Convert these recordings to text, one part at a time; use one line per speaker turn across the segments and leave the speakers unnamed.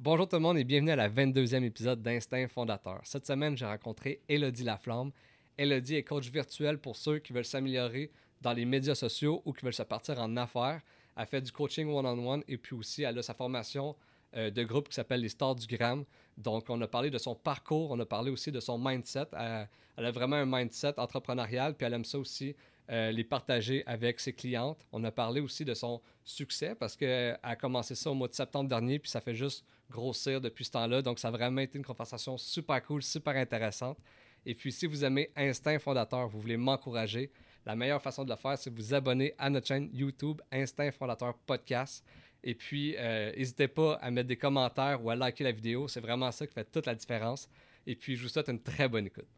Bonjour tout le monde et bienvenue à la 22e épisode d'Instinct Fondateur. Cette semaine, j'ai rencontré Élodie Laflamme. Élodie est coach virtuel pour ceux qui veulent s'améliorer dans les médias sociaux ou qui veulent se partir en affaires. Elle fait du coaching one-on-one et puis aussi elle a sa formation de groupe qui s'appelle les Stars du Gram. Donc, on a parlé de son parcours, on a parlé aussi de son mindset. Elle a vraiment un mindset entrepreneurial puis elle aime ça aussi les partager avec ses clientes. On a parlé aussi de son succès parce qu'elle a commencé ça au mois de septembre dernier puis ça fait juste grossir depuis ce temps-là. Donc, ça a vraiment été une conversation super cool, super intéressante. Et puis, si vous aimez Instinct Fondateur, vous voulez m'encourager, la meilleure façon de le faire, c'est de vous abonner à notre chaîne YouTube Instinct Fondateur Podcast. Et puis, n'hésitez pas à mettre des commentaires ou à liker la vidéo. C'est vraiment ça qui fait toute la différence. Et puis, je vous souhaite une très bonne écoute.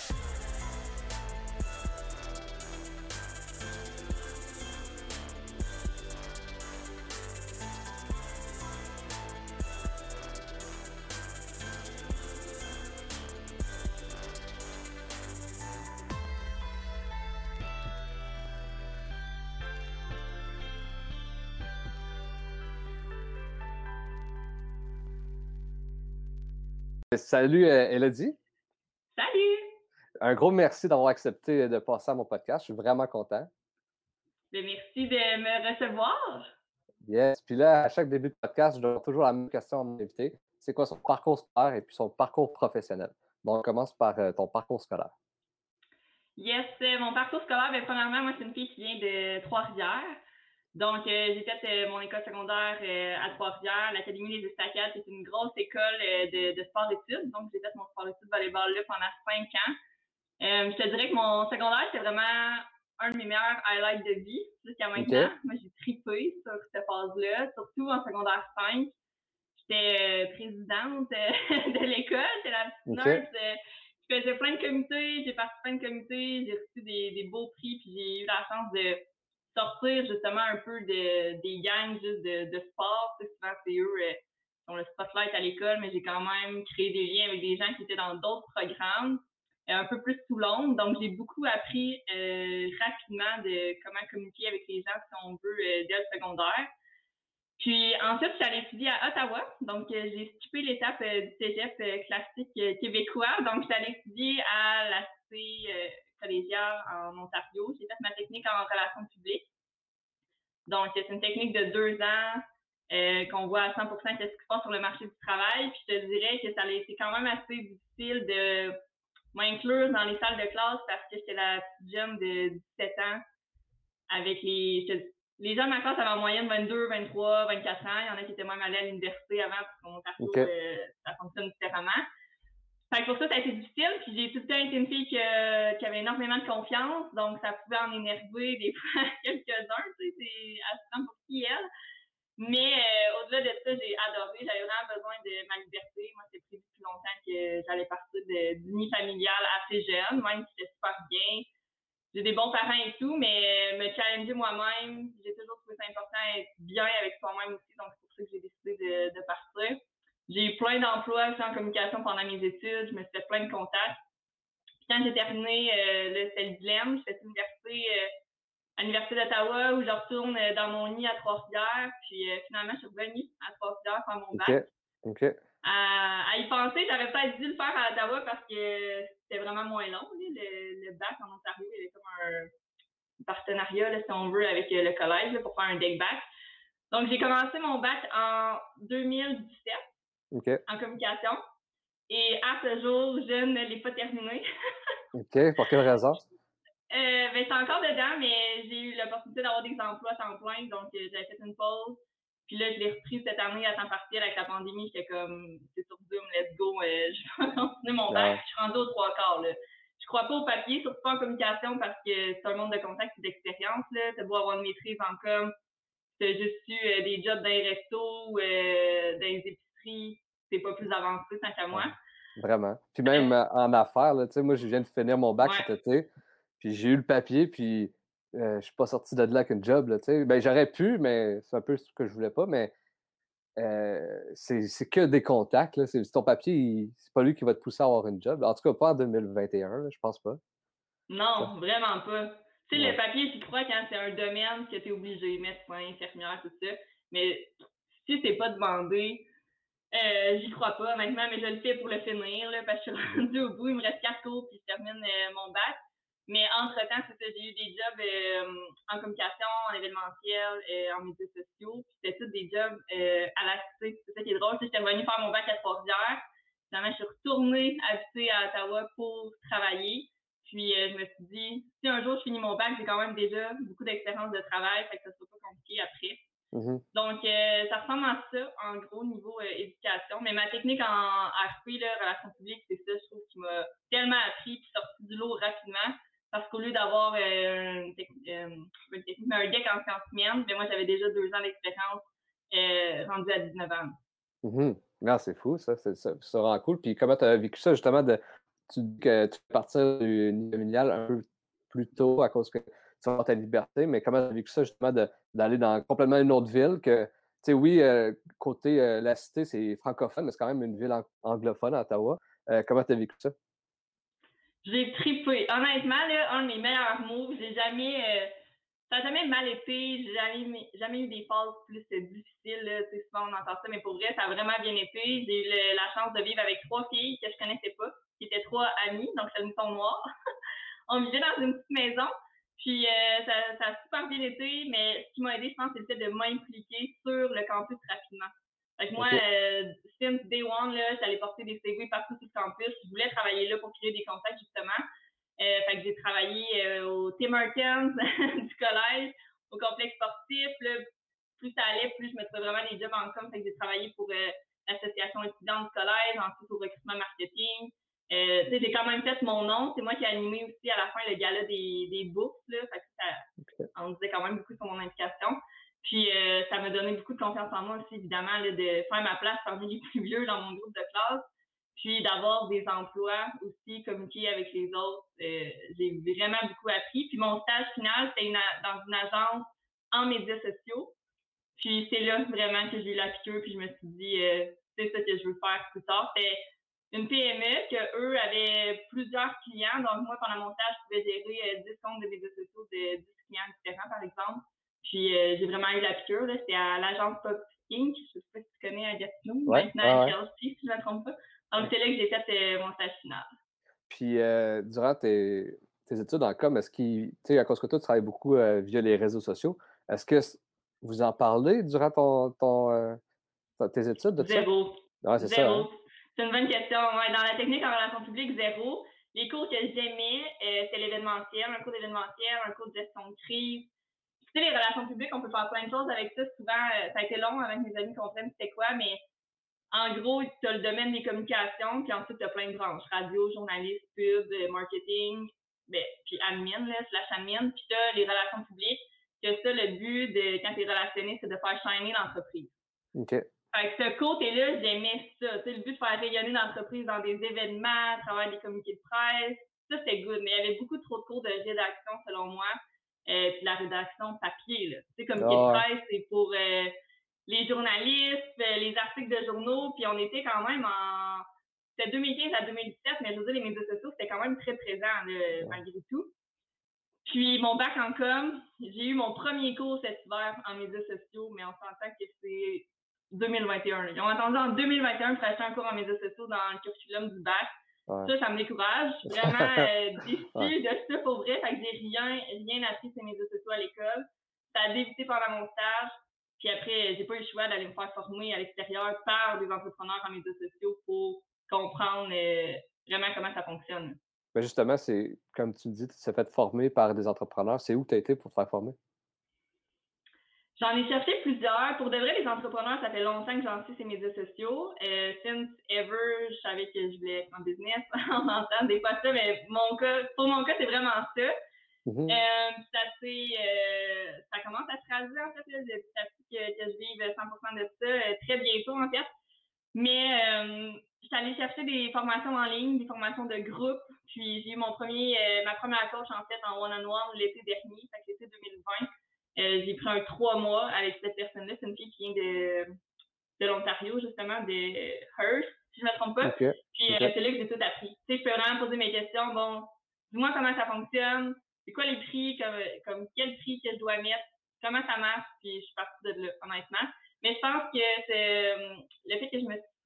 Salut Elodie.
Salut!
Un gros merci d'avoir accepté de passer à mon podcast. Je suis vraiment content.
Merci de me recevoir.
Yes. Puis là, à chaque début de podcast, je donne toujours la même question à mon invité. C'est quoi son parcours scolaire et puis son parcours professionnel? Donc, on commence par ton parcours scolaire.
Yes, mon parcours scolaire, premièrement, moi, c'est une fille qui vient de Trois-Rivières. Donc, j'ai fait mon école secondaire à Trois-Rivières, l'Académie des Estacades, c'est une grosse école de sport-études. Donc, j'ai fait mon sport-études volleyball là pendant 5 ans. Je te dirais que mon secondaire, c'est vraiment un de mes meilleurs highlights de vie jusqu'à maintenant.
OK.
Moi, j'ai trippé sur cette phase-là, surtout en secondaire 5. J'étais présidente de l'école, j'étais la petite
OK.
nerd. Je faisais plein de comités, j'ai participé à plein de comités, j'ai reçu des beaux prix, puis j'ai eu la chance de sortir justement un peu des gangs juste de sport. Tu sais, souvent, c'est eux qui ont le spotlight à l'école, mais j'ai quand même créé des liens avec des gens qui étaient dans d'autres programmes, un peu plus sous l'ombre. Donc, j'ai beaucoup appris rapidement de comment communiquer avec les gens, si on veut, dès le secondaire. Puis ensuite, je suis allée étudier à Ottawa. Donc, j'ai skippé l'étape du cégep classique québécois. Donc, je suis allée étudier à la cité collégiale en Ontario. J'ai fait ma technique en relations publiques. Donc, c'est une technique de 2 ans qu'on voit à 100% qu'est-ce qui se passe sur le marché du travail. Puis, je te dirais que ça a été quand même assez difficile de m'inclure dans les salles de classe parce que j'étais la petite jeune de 17 ans avec les gens de ma classe avaient en moyenne 22, 23, 24 ans. Il y en a qui étaient même allés à l'université avant parce que mon parcours,
OK.
ça fonctionne différemment. Fait que pour ça, ça a été difficile. Puis j'ai tout le temps été une fille qui avait énormément de confiance. Donc, ça pouvait en énerver des fois quelques-uns. Tu sais, c'est assistant pour qui elle. Mais au-delà de ça, j'ai adoré. J'avais vraiment besoin de ma liberté. Moi, c'était prévu depuis longtemps que j'allais partir du nid familial assez jeune, même si c'était super bien. J'ai des bons parents et tout, mais me challenger moi-même, j'ai toujours trouvé ça important d'être bien avec soi-même aussi, donc c'est pour ça que j'ai décidé de partir. J'ai eu plein d'emplois en communication pendant mes études, je me suis fait plein de contacts. Puis quand j'ai terminé, c'était le dilemme, je fais l'université à l'Université d'Ottawa où je retourne dans mon nid à Trois-Rivières, puis finalement je suis revenue à Trois-Rivières faire mon
OK.
bac.
OK.
À y penser, j'aurais peut-être dû le faire à Ottawa parce que c'était vraiment moins long. Le bac en Ontario, il y avait comme un partenariat, là, si on veut, avec le collège là, pour faire un deck bac. Donc, j'ai commencé mon bac en 2017
OK.
en communication. Et à ce jour, je ne l'ai pas terminé.
OK. Pour quelle raison?
C'est encore dedans, mais j'ai eu l'opportunité d'avoir des emplois à temps plein. Donc, j'avais fait une pause. Puis là, je l'ai repris cette année à temps partiel avec la pandémie. J'étais comme, c'est sur Zoom, let's go. Je vais continuer mon bac.
Ouais.
Je suis rendue aux 3/4. Là. Je crois pas au papier, surtout pas en communication, parce que c'est un monde de contact et d'expérience. T'as beau avoir une maîtrise en com, t'as juste eu des jobs dans les restos, dans les épiceries. C'est pas plus avancé tant qu'à moi.
Vraiment. Puis même en affaires, là, tu sais, moi, je viens de finir mon bac
Ouais.
cet été, puis j'ai eu le papier, puis je suis pas sorti de là avec une job, là, tu sais. Ben, j'aurais pu, mais c'est un peu ce que je voulais pas, mais c'est que des contacts, là. Ton papier, c'est pas lui qui va te pousser à avoir une job. En tout cas, pas en 2021, là, je pense pas. Ça.
Non, vraiment pas. Tu sais,
Ouais.
le papier, tu crois quand c'est un domaine que tu es obligé, médecin, infirmière, tout ça. Mais si c'est pas demandé, J'y crois pas maintenant, mais je le fais pour le finir, là, parce que je suis
Mhm.
rendue au bout. Il me reste 4 cours, puis je termine mon bac. Mais entre-temps, c'est ça, j'ai eu des jobs en communication, en événementiel, en médias sociaux. Puis c'était tous des jobs à la cité. C'est ça qui est drôle. J'étais revenue faire mon bac à Trois-Rivières. Finalement, je suis retournée habiter à Ottawa pour travailler. Puis je me suis dit, si un jour je finis mon bac, j'ai quand même déjà beaucoup d'expérience de travail, fait que ça sera pas compliqué après.
Mhm.
Donc, ça ressemble à ça, en gros, niveau éducation. Mais ma technique en RP, là, relations publiques, c'est ça, je trouve, qui m'a tellement appris puis sorti du lot rapidement. Parce qu'au lieu d'avoir une technique, mais un deck en sciences humaines, ben moi, j'avais déjà 2 ans d'expérience rendue à 19 ans.
Mhm. Non, c'est fou, ça. Ça rend cool. Puis comment tu as vécu ça, justement, tu dis que tu es parti du niveau familial un peu plus tôt à cause que tu vas avoir ta liberté, mais comment tu as vécu ça, justement, d'aller dans complètement une autre ville que, tu sais, oui, côté la cité, c'est francophone, mais c'est quand même une ville anglophone, Ottawa. Comment tu as vécu ça?
J'ai trippé. Honnêtement, là, un de mes meilleurs moves, ça n'a jamais mal été, j'ai jamais eu des phases plus difficiles, là, tu sais, souvent on entend ça, mais pour vrai, ça a vraiment bien été. J'ai eu la chance de vivre avec 3 filles que je connaissais pas, qui étaient 3 amies, donc c'est une mouton noire. On vivait dans une petite maison, puis ça a super bien été, mais ce qui m'a aidé, je pense, c'est le fait de m'impliquer sur le campus rapidement. Fait que moi,
OK.
since day one, là, j'allais porter des CV partout sur le campus. Je voulais travailler là pour créer des contacts, justement. Fait que j'ai travaillé au Tim Hortons du collège, au complexe sportif. Là, plus ça allait, plus je me trouvais vraiment des jobs en com. Fait que j'ai travaillé pour l'association étudiante du collège, ensuite au recrutement marketing. J'ai quand même fait mon nom. C'est moi qui ai animé aussi à la fin le gala des bourses. Là, fait que
OK.
on disait quand même beaucoup sur mon implication. Puis ça m'a donné beaucoup de confiance en moi aussi, évidemment, là, de faire ma place parmi les plus vieux dans mon groupe de classe. Puis d'avoir des emplois aussi, communiquer avec les autres. J'ai vraiment beaucoup appris. Puis mon stage final, c'était dans une agence en médias sociaux. Puis c'est là vraiment que j'ai eu la piqûre, puis je me suis dit, c'est ça que je veux faire plus tard. C'était une PME que eux avaient plusieurs clients. Donc moi, pendant mon stage, je pouvais gérer 10 comptes de médias sociaux de 10 clients différents, par exemple. Puis j'ai vraiment eu la piqûre. C'était à l'agence Pop Inc. Je ne sais pas si tu connais à Gatineau,
Ouais,
maintenant à
ouais, ouais.
Chelsea, si je ne me trompe pas. Donc
Ouais.
c'est là que j'ai fait mon stage final.
Puis, durant tes études en com, est-ce qu'il, tu sais, à cause que toi, tu travailles beaucoup via les réseaux sociaux, est-ce que vous en parlez durant tes études de ça?
Zéro.
Ouais, c'est ça, hein?
Zéro. C'est une bonne question. Ouais, dans la technique en relations publiques, zéro. Les cours que j'aimais, c'est l'événementiel, un cours d'événementiel, un cours de gestion de crise. Tu sais, les relations publiques, on peut faire plein de choses avec ça. Souvent, ça a été long avant que mes amis comprennent c'était quoi, mais en gros, tu as le domaine des communications, puis ensuite, tu as plein de branches. Radio, journaliste, pub, marketing, ben, puis admin, là, slash admin. Puis tu as les relations publiques, que ça, le but de quand tu es relationné, c'est de faire shiner l'entreprise.
OK.
Fait que ce côté-là, j'aimais ça. Tu sais, le but de faire rayonner l'entreprise dans des événements, à travers des communiqués de presse, ça, c'était good. Mais il y avait beaucoup trop de cours de rédaction, selon moi. Puis la rédaction papier, là. Tu sais, communiqué de
Ah ouais.
presse, c'est pour les journalistes, les articles de journaux. Puis on était quand même en... C'était 2015 à 2017, mais je veux dire, les médias sociaux, c'était quand même très présent, là,
Ouais.
malgré tout. Puis mon bac en com, j'ai eu mon premier cours cet hiver en médias sociaux, mais on s'entend que c'est 2021. Ils ont attendu en 2021 pour acheter un cours en médias sociaux dans le curriculum du bac.
Ouais.
Ça me décourage. Je suis vraiment
Ouais.
déçue de ça pour vrai. Fait que j'ai rien appris sur les médias sociaux à l'école. Ça a débuté pendant mon stage. Puis après, j'ai pas eu le choix d'aller me faire former à l'extérieur par des entrepreneurs en médias sociaux pour comprendre vraiment comment ça fonctionne.
Mais justement, c'est comme tu dis, tu t'es fait former par des entrepreneurs. C'est où tu as été pour te faire former?
J'en ai cherché plusieurs. Pour de vrai, les entrepreneurs, ça fait longtemps que j'en suis ces médias sociaux. Since ever, je savais que je voulais être en business. On entend des fois ça, mais pour mon cas, c'est vraiment ça.
Mhm.
Ça commence à se réaliser, en fait, là, petit à petit que je vive 100% de ça, très bientôt, en fait. Mais je suis allée chercher des formations en ligne, des formations de groupe. Puis j'ai eu ma première coach, en fait, en one-on-one l'été dernier, fait que l'été 2020. J'ai pris un 3 mois avec cette personne-là. C'est une fille qui vient de l'Ontario, justement, de Hearst, si je ne me trompe pas.
OK.
Puis
OK.
c'est là que j'ai tout appris. Tu sais, je peux vraiment poser mes questions. Bon, dis-moi comment ça fonctionne. C'est quoi les prix, comme quel prix que je dois mettre, comment ça marche. Puis je suis partie de là, honnêtement. Mais je pense que c'est le fait que je me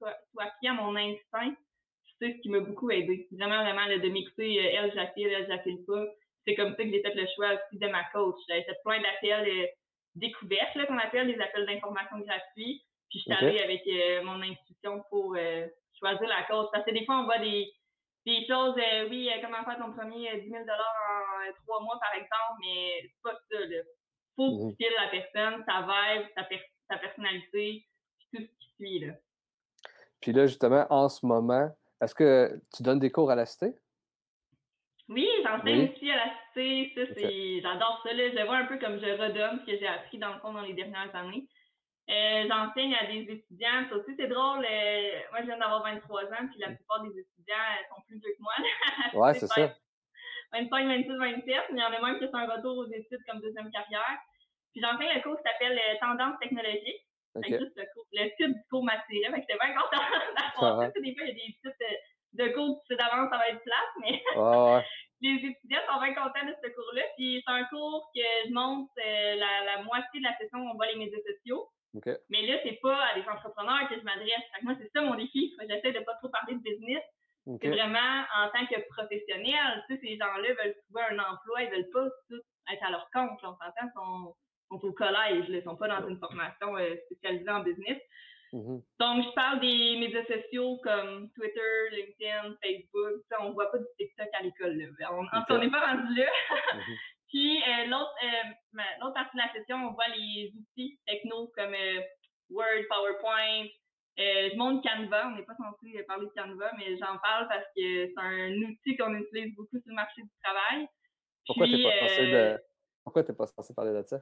sois fier à mon instinct. C'est ce qui m'a beaucoup aidé. Vraiment, vraiment, là, de m'écouter, elle, je la file pas. C'est comme ça que j'ai fait le choix aussi de ma coach. J'avais fait plein d'appels découvertes, là, qu'on appelle, des appels d'information gratuits. Puis je suis
OK.
allée avec mon intuition pour choisir la coach. Parce que des fois, on voit des choses, oui, comment faire ton premier 10 000 en 3 mois, par exemple, mais c'est pas ça, là. Faut que
Mhm.
tu files la personne, sa vibe, sa personnalité, puis tout ce qui suit, là.
Puis là, justement, en ce moment, est-ce que tu donnes des cours à la cité?
Oui, j'enseigne
Oui.
aussi à la cité, ça,
OK.
j'adore ça, là. Je le vois un peu comme je redonne ce que j'ai appris, dans le fond, dans les dernières années. J'enseigne à des étudiants, ça aussi, c'est drôle. Moi, je viens d'avoir 23 ans, puis la plupart des étudiants sont plus vieux que moi, à la
Ouais,
cité,
c'est
peut-être
ça.
25, 26, 27, mais il y en a même qui sont un retour aux études comme deuxième carrière. Puis j'enseigne le cours qui s'appelle Tendance technologique. Fait que
OK.
juste le titre du cours m'attirait, fait que j'étais bien contente d'avoir ça.
Ah,
Tu sais, des fois, il y a des titres de cours, tu sais d'avance, ça va être plate, mais
ouais, ouais.
les étudiants sont bien contents de ce cours-là. Puis c'est un cours que je montre la moitié de la session, on voit les médias sociaux.
OK.
Mais là, c'est pas à des entrepreneurs que je m'adresse. Fait que moi, c'est ça mon défi. J'essaie de pas trop parler de business. C'est
OK.
vraiment en tant que professionnel. Tu sais, ces gens-là veulent trouver un emploi, ils veulent pas tous être à leur compte. Là, on s'entend, sont au collège, là, ils sont pas dans une formation spécialisée en business.
Mhm.
Donc, je parle des médias sociaux comme Twitter, LinkedIn, Facebook. Tu sais, on voit pas du TikTok à l'école. Là. On
OK.
n'est pas rendu là.
Mhm.
Puis l'autre partie de la session, on voit les outils techno comme Word, PowerPoint. Je montre Canva. On n'est pas censé parler de Canva, mais j'en parle parce que c'est un outil qu'on utilise beaucoup sur le marché du travail.
Pourquoi t'es
Puis,
pas censé de... Pourquoi t'es pas censé parler de ça?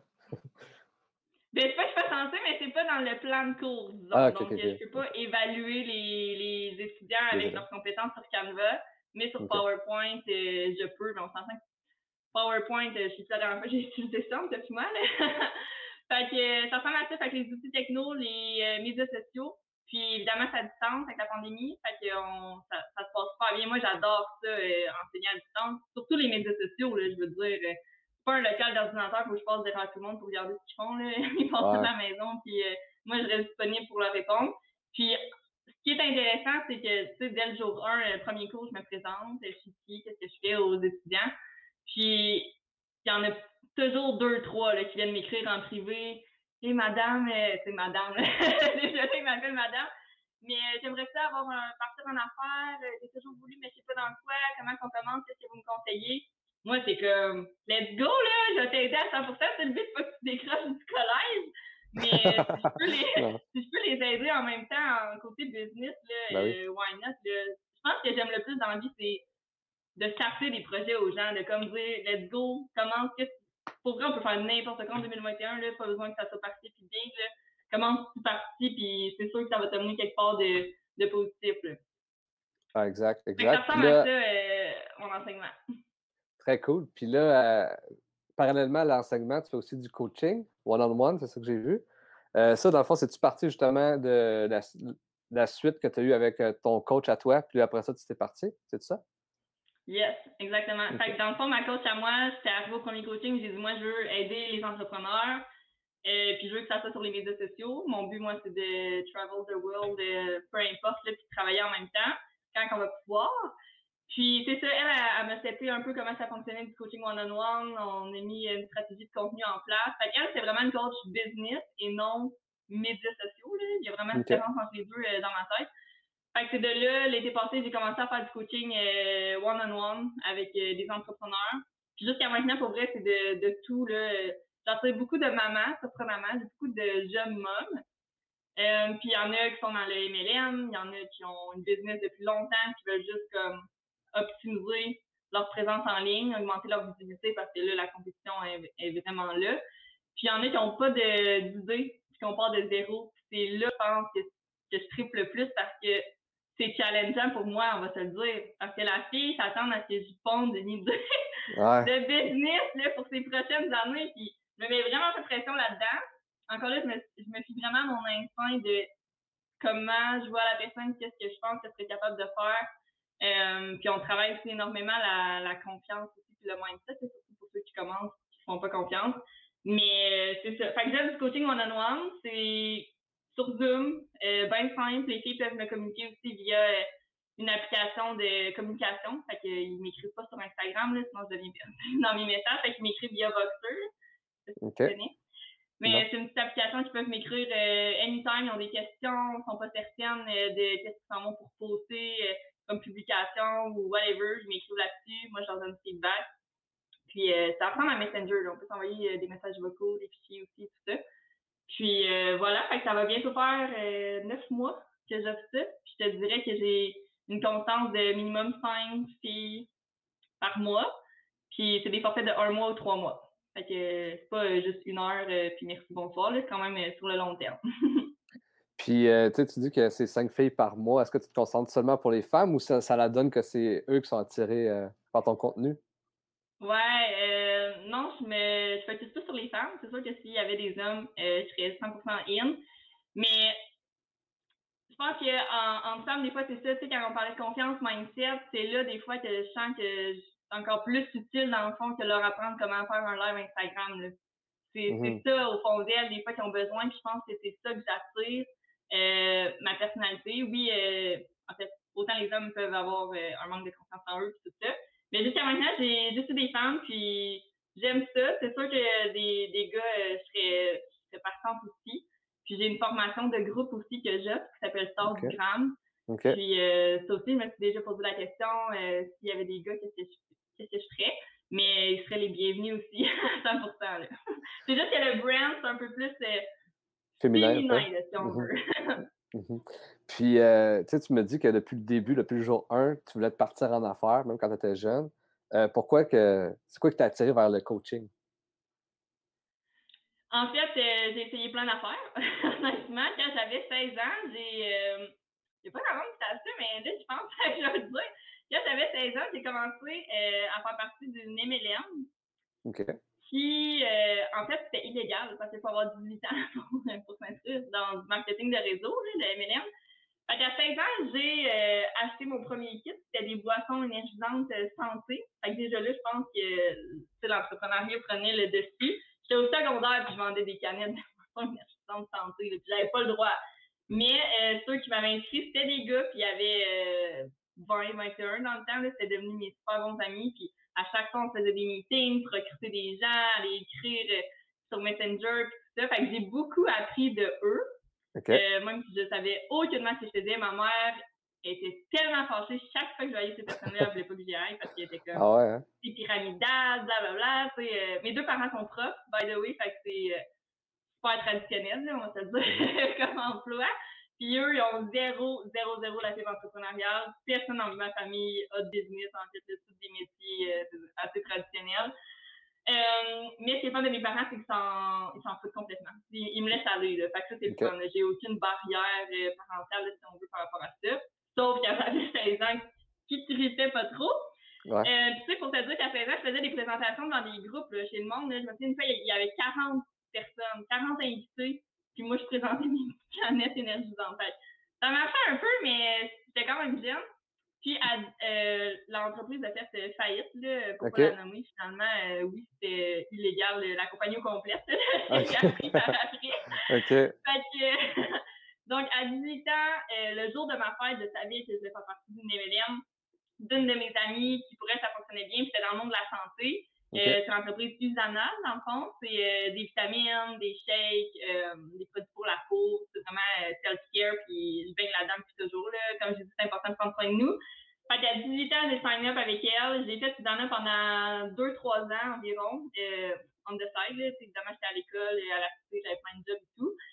ben, c'est pas que je suis pas censée, mais c'est pas dans le plan de cours,
Ah,
disons.
OK, OK,
Donc, je
OK.
peux pas évaluer les étudiants avec
Désolé.
leurs compétences sur Canva, mais sur
OK.
PowerPoint, je peux. Mais on s'entend que PowerPoint, je suis la dernière fois que j'ai utilisé ça, depuis moi, là. Fait que ça ressemble à ça, fait que les outils techno, les médias sociaux, puis évidemment, c'est à distance avec la pandémie, fait que ça se passe super bien. Moi, j'adore ça, enseigner à distance, surtout les médias sociaux, là, je veux dire. C'est pas un local d'ordinateur où je passe devant tout le monde pour regarder ce qu'ils font, là. Ils font ça de
Ouais.
la maison, puis moi, je reste disponible pour leur répondre. Puis, ce qui est intéressant, c'est que, tu sais, dès le jour 1, le premier cours, je me présente, je suis qui, qu'est-ce que je fais aux étudiants. Puis, il y en a toujours 2, 3 là, qui viennent m'écrire en privé. Et madame, c'est madame, déjà ils m'appellent madame. Mais j'aimerais ça partir en affaires. J'ai toujours voulu, mais je sais pas dans quoi. Comment qu'on commence? Qu'est-ce que vous me conseillez? Moi, c'est comme, let's go, là. Je vais t'aider à 100%. C'est le but, pas que tu décroches du collège. Mais si je peux
Non.
si je peux les aider en même temps en côté business, là,
Ben oui.
why not? Là. Je pense que j'aime le plus dans la vie, c'est de starter des projets aux gens, de comme dire, let's go, commence, pour vrai, on peut faire n'importe quoi en 2021, là, pas besoin que ça soit parti puis bien, là. Commence tout parti, puis c'est sûr que ça va t'amener quelque part de positif, là.
Ah, exact,
Fait que ça
exact. Puis
ressemble à
là,
ça, mon enseignement.
très cool. Puis là, parallèlement à l'enseignement, tu fais aussi du coaching, one-on-one, c'est ça que j'ai vu. Ça, dans le fond, c'est-tu parti justement de la suite que tu as eue avec ton coach à toi, puis après ça, tu t'es parti? C'est ça?
Yes, exactement. Fait
OK.
que dans le fond, ma coach à moi, j'étais arrivée au premier coaching, j'ai dit, moi, je veux aider les entrepreneurs, puis je veux que ça soit sur les médias sociaux. Mon but, moi, c'est de travel the world, peu importe, là, puis de travailler en même temps, quand on va pouvoir. Puis c'est ça, elle m'a steppé un peu comment ça fonctionnait du coaching one-on-one. On a mis une stratégie de contenu en place. Fait qu'elle, c'est vraiment une coach business et non médias sociaux. Là. Il y a vraiment une
OK.
différence entre les deux dans ma tête. Fait que c'est de là, l'été passé, j'ai commencé à faire du coaching one-on-one avec des entrepreneurs. Puis jusqu'à maintenant, pour vrai, c'est de tout. J'en beaucoup de mamans, surprenamment. J'ai beaucoup de jeunes mômes. Puis il y en a qui sont dans le MLM, il y en a qui ont une business depuis longtemps, qui veulent juste comme optimiser leur présence en ligne, augmenter leur visibilité parce que là, la compétition est vraiment là. Puis il y en a qui n'ont pas d'idée, puis qu'on part de zéro. Puis c'est là, je pense, que je triple le plus parce que c'est challengeant pour moi, on va se le dire. Parce que la fille s'attend à ce que je ponde une idée
Ouais.
de business là, pour ces prochaines années. Puis je me mets vraiment de pression là-dedans. Encore là, je me fie vraiment à mon instinct de comment je vois la personne, qu'est-ce que je pense qu'elle serait capable de faire. Puis on travaille aussi énormément la confiance aussi, puis le mindset, c'est surtout pour ceux qui commencent, qui ne font pas confiance. Mais c'est ça. Fait que j'aime du coaching one-on-one, c'est sur Zoom, bien simple. Les filles peuvent me communiquer aussi via une application de communication. Fait qu'ils ne m'écrivent pas sur Instagram, là, sinon je deviens dans mes messages. Fait qu'ils m'écrivent via Voxer, je sais pas si
OK.
tu connais.
Non.
Mais c'est une petite application qui peuvent m'écrire anytime, ils ont des questions, ils sont pas certaines de qu'est-ce qu'ils s'en vont pour poster comme publication ou whatever. Ils m'écrivent là-dessus, moi je leur donne du feedback. Puis ça ressemble à Messenger, là. On peut s'envoyer des messages vocaux, des fichiers aussi, tout ça. Puis voilà, fait que ça va bientôt faire 9 mois que j'offre ça. Puis je te dirais que j'ai une constance de minimum 5 filles par mois. Puis c'est des forfaits de 1 mois ou 3 mois. Fait que c'est pas juste 1 heure, puis merci, bonsoir. C'est quand même sur le long terme.
Puis, tu dis que c'est 5 filles par mois. Est-ce que tu te concentres seulement pour les femmes ou ça la donne que c'est eux qui sont attirés par ton contenu?
Ouais, non, je focus pas sur les femmes. C'est sûr que s'il y avait des hommes, je serais 100% in. Mais je pense qu'en femmes, des fois, c'est ça, tu sais, quand on parlait de confiance, mindset, c'est là, des fois, que je sens que c'est encore plus utile, dans le fond, que leur apprendre comment faire un live Instagram, là. C'est ça, au fond d'elles, des fois, qu'ils ont besoin, puis je pense que c'est ça que j'attire, ma personnalité. Oui, en fait, autant les hommes peuvent avoir un manque de confiance en eux, puis tout ça. Mais jusqu'à maintenant, j'ai juste eu des femmes, puis j'aime ça. C'est sûr que des gars, je serais partante aussi. Puis j'ai une formation de groupe aussi que j'offre qui s'appelle Star
OK.
du Gram.
OK.
Puis ça aussi, je me suis déjà posé la question s'il y avait des gars, qu'est-ce que je ferais? Mais ils seraient les bienvenus aussi à 100%. Là. C'est juste que le brand, c'est un peu plus
Féminin, un peu?
féminin, là, si on
Mhm.
veut.
Mhm. Puis, tu me dis que depuis le début, depuis le jour 1, tu voulais te partir en affaires, même quand tu étais jeune. C'est quoi qui t'a attiré vers le coaching?
En fait, j'ai essayé plein d'affaires. Honnêtement, quand j'avais 16 ans, j'ai pas vraiment que ça ça, mais là, je pense que je vais le dire. Quand j'avais 16 ans, j'ai commencé à faire partie d'une MLM.
OK.
Puis, en fait, c'était illégal parce qu'il faut avoir 18 ans pour s'inscrire dans du marketing de réseau, là, de MLM. Fait qu'à 16 ans, j'ai acheté mon premier kit. C'était des boissons énergisantes santé. Fait que déjà là, je pense que l'entrepreneuriat prenait le dessus. J'étais au secondaire puis je vendais des canettes de boissons énergisantes santé. Là, puis j'avais pas le droit. Mais ceux qui m'avaient inscrit, c'était des gars. Puis il y avait 20, 21 dans le temps. Là, c'était devenu mes super bons amis. Puis à chaque fois, on faisait des meetings pour recruter des gens, aller écrire sur Messenger. Puis tout ça. Fait que j'ai beaucoup appris de eux.
OK.
Même si je savais aucunement ce que je faisais, ma mère était tellement fâchée chaque fois que je voyais ces personnes-là, elle voulait pas que j'y aille parce qu'elle était comme
Ah ouais, hein?
c'est pyramidal, blablabla. Mes deux parents sont profs, by the way, fait que c'est super traditionnel, là, on va se le dire, comme emploi. Puis eux, ils ont zéro la fibre entrepreneuriale. Personne dans ma famille a de business, en fait, c'est tous des métiers assez traditionnels. Mais ce qui est fun de mes parents, c'est qu'ils s'en foutent complètement. Ils me laissent aller. Là. Fait que ça, c'est le
OK.
fun. J'ai aucune barrière parentale, là, si on veut, par rapport à ça. Sauf qu'à j'avais 16 ans, qui tripait pas trop.
Ouais.
Puis tu sais, pour te dire qu'à 16 ans, je faisais des présentations dans des groupes là, chez le monde. Là. Je me souviens, une fois, il y avait 40 personnes, 40 invités. Puis moi, je présentais mes petites canettes énergisantes. Fait, ça marchait un peu, mais c'était quand même jeune. Puis l'entreprise a fait faillite, là, pour pas la
OK.
nommer finalement. Oui, c'était illégal, la compagnie au complète. J'ai
OK.
appris par après.
OK.
Fait que, donc, à 18 ans, le jour de ma fête, je savais que je devais faire partie d'une MLM, d'une de mes amies qui, pour elle, ça fonctionnait bien, puis c'était dans le monde de la santé.
OK.
C'est l'entreprise Usana, dans le fond. C'est des vitamines, des shakes, des produits pour la peau. C'est vraiment self-care, puis je baigne là-dedans depuis toujours. Là. Comme je dis, c'est important de prendre soin de nous. Fait qu'à 18 ans, j'ai signé up avec elle. J'ai fait Usana pendant 2-3 ans environ, on the side. Là. Évidemment, j'étais à l'école, à la cité, j'avais plein de jobs et tout.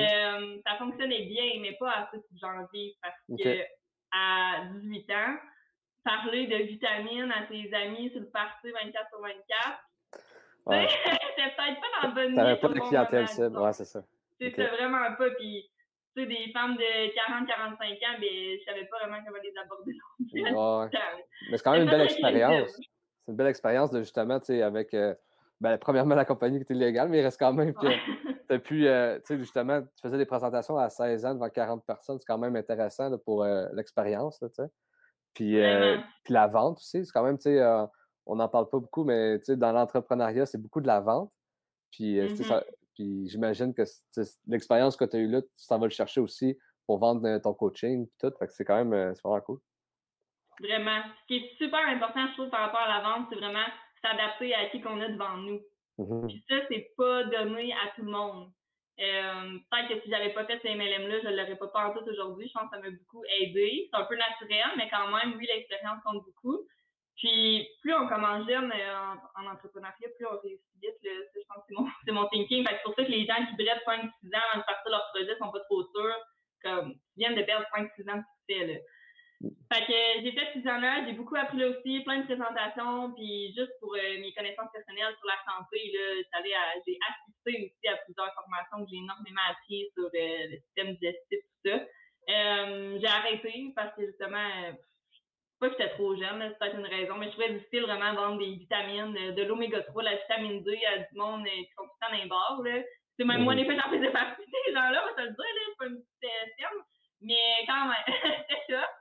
Ça fonctionnait bien, mais pas à ce de janvier, parce
OK.
que à 18 ans, parler de vitamines à tes amis sur le party 24 sur 24, tu sais,
Ouais.
c'était peut-être pas dans la bonne
T'avais
niche
pas
au
de
bon
clientèle
moment,
cible.
disons.
Ouais, c'est ça.
C'est
OK.
ça, vraiment pas. Puis, tu sais, des femmes de 40-45 ans, ben, je savais pas vraiment comment les aborder non plus à 18
Ouais.
ans.
Mais c'est quand même
C'était
une
pas
belle
très crédible.
expérience. C'est une belle expérience de justement, tu sais, avec, premièrement, la compagnie qui était illégale, mais il reste quand même que
Ouais.
tu as pu, tu sais, justement, tu faisais des présentations à 16 ans devant 40 personnes. C'est quand même intéressant là, pour l'expérience, là, tu sais.
Vraiment.
Puis la vente aussi, c'est quand même, tu sais, on n'en parle pas beaucoup, mais tu sais, dans l'entrepreneuriat, c'est beaucoup de la vente. Puis, tu sais,
Mhm.
Puis j'imagine que l'expérience que tu as eue là, tu t'en vas le chercher aussi pour vendre ton coaching et tout. Fait que c'est quand même c'est vraiment cool.
Vraiment. Ce qui est super important, je trouve, par rapport à la vente, c'est vraiment s'adapter à qui qu'on a devant nous.
Mm-hmm.
Puis ça, c'est pas donné à tout le monde. Peut-être que si j'avais pas fait ces MLM-là, je l'aurais pas en tout aujourd'hui. Je pense que ça m'a beaucoup aidé. C'est un peu naturel, mais quand même, oui, l'expérience compte beaucoup. Puis plus on commence jeune en entrepreneuriat, plus on réussit vite. Là. Ça, je pense que c'est mon thinking. Fait que c'est pour ça que les gens qui brettent 5-6 ans avant de partir leur projet sont pas trop sûrs. Comme ils viennent de perdre 5-6 ans de succès. Là. Fait que j'ai fait 6 ans là, j'ai beaucoup appris là aussi, plein de présentations, puis juste pour mes connaissances personnelles sur la santé, là, j'ai assisté aussi à plusieurs formations que j'ai énormément appris sur le système digestif, tout ça. J'ai arrêté parce que justement, pas que j'étais trop jeune, c'est peut-être une raison, mais je trouvais difficile vraiment de vendre des vitamines, de l'oméga 3, la vitamine D à du monde qui sont tout le temps dans les bars. Là. C'est même moi, des fois, j'en faisais partie, ces gens-là, on va te le dire, là, c'est pas une petite scène, mais quand même, c'était ça.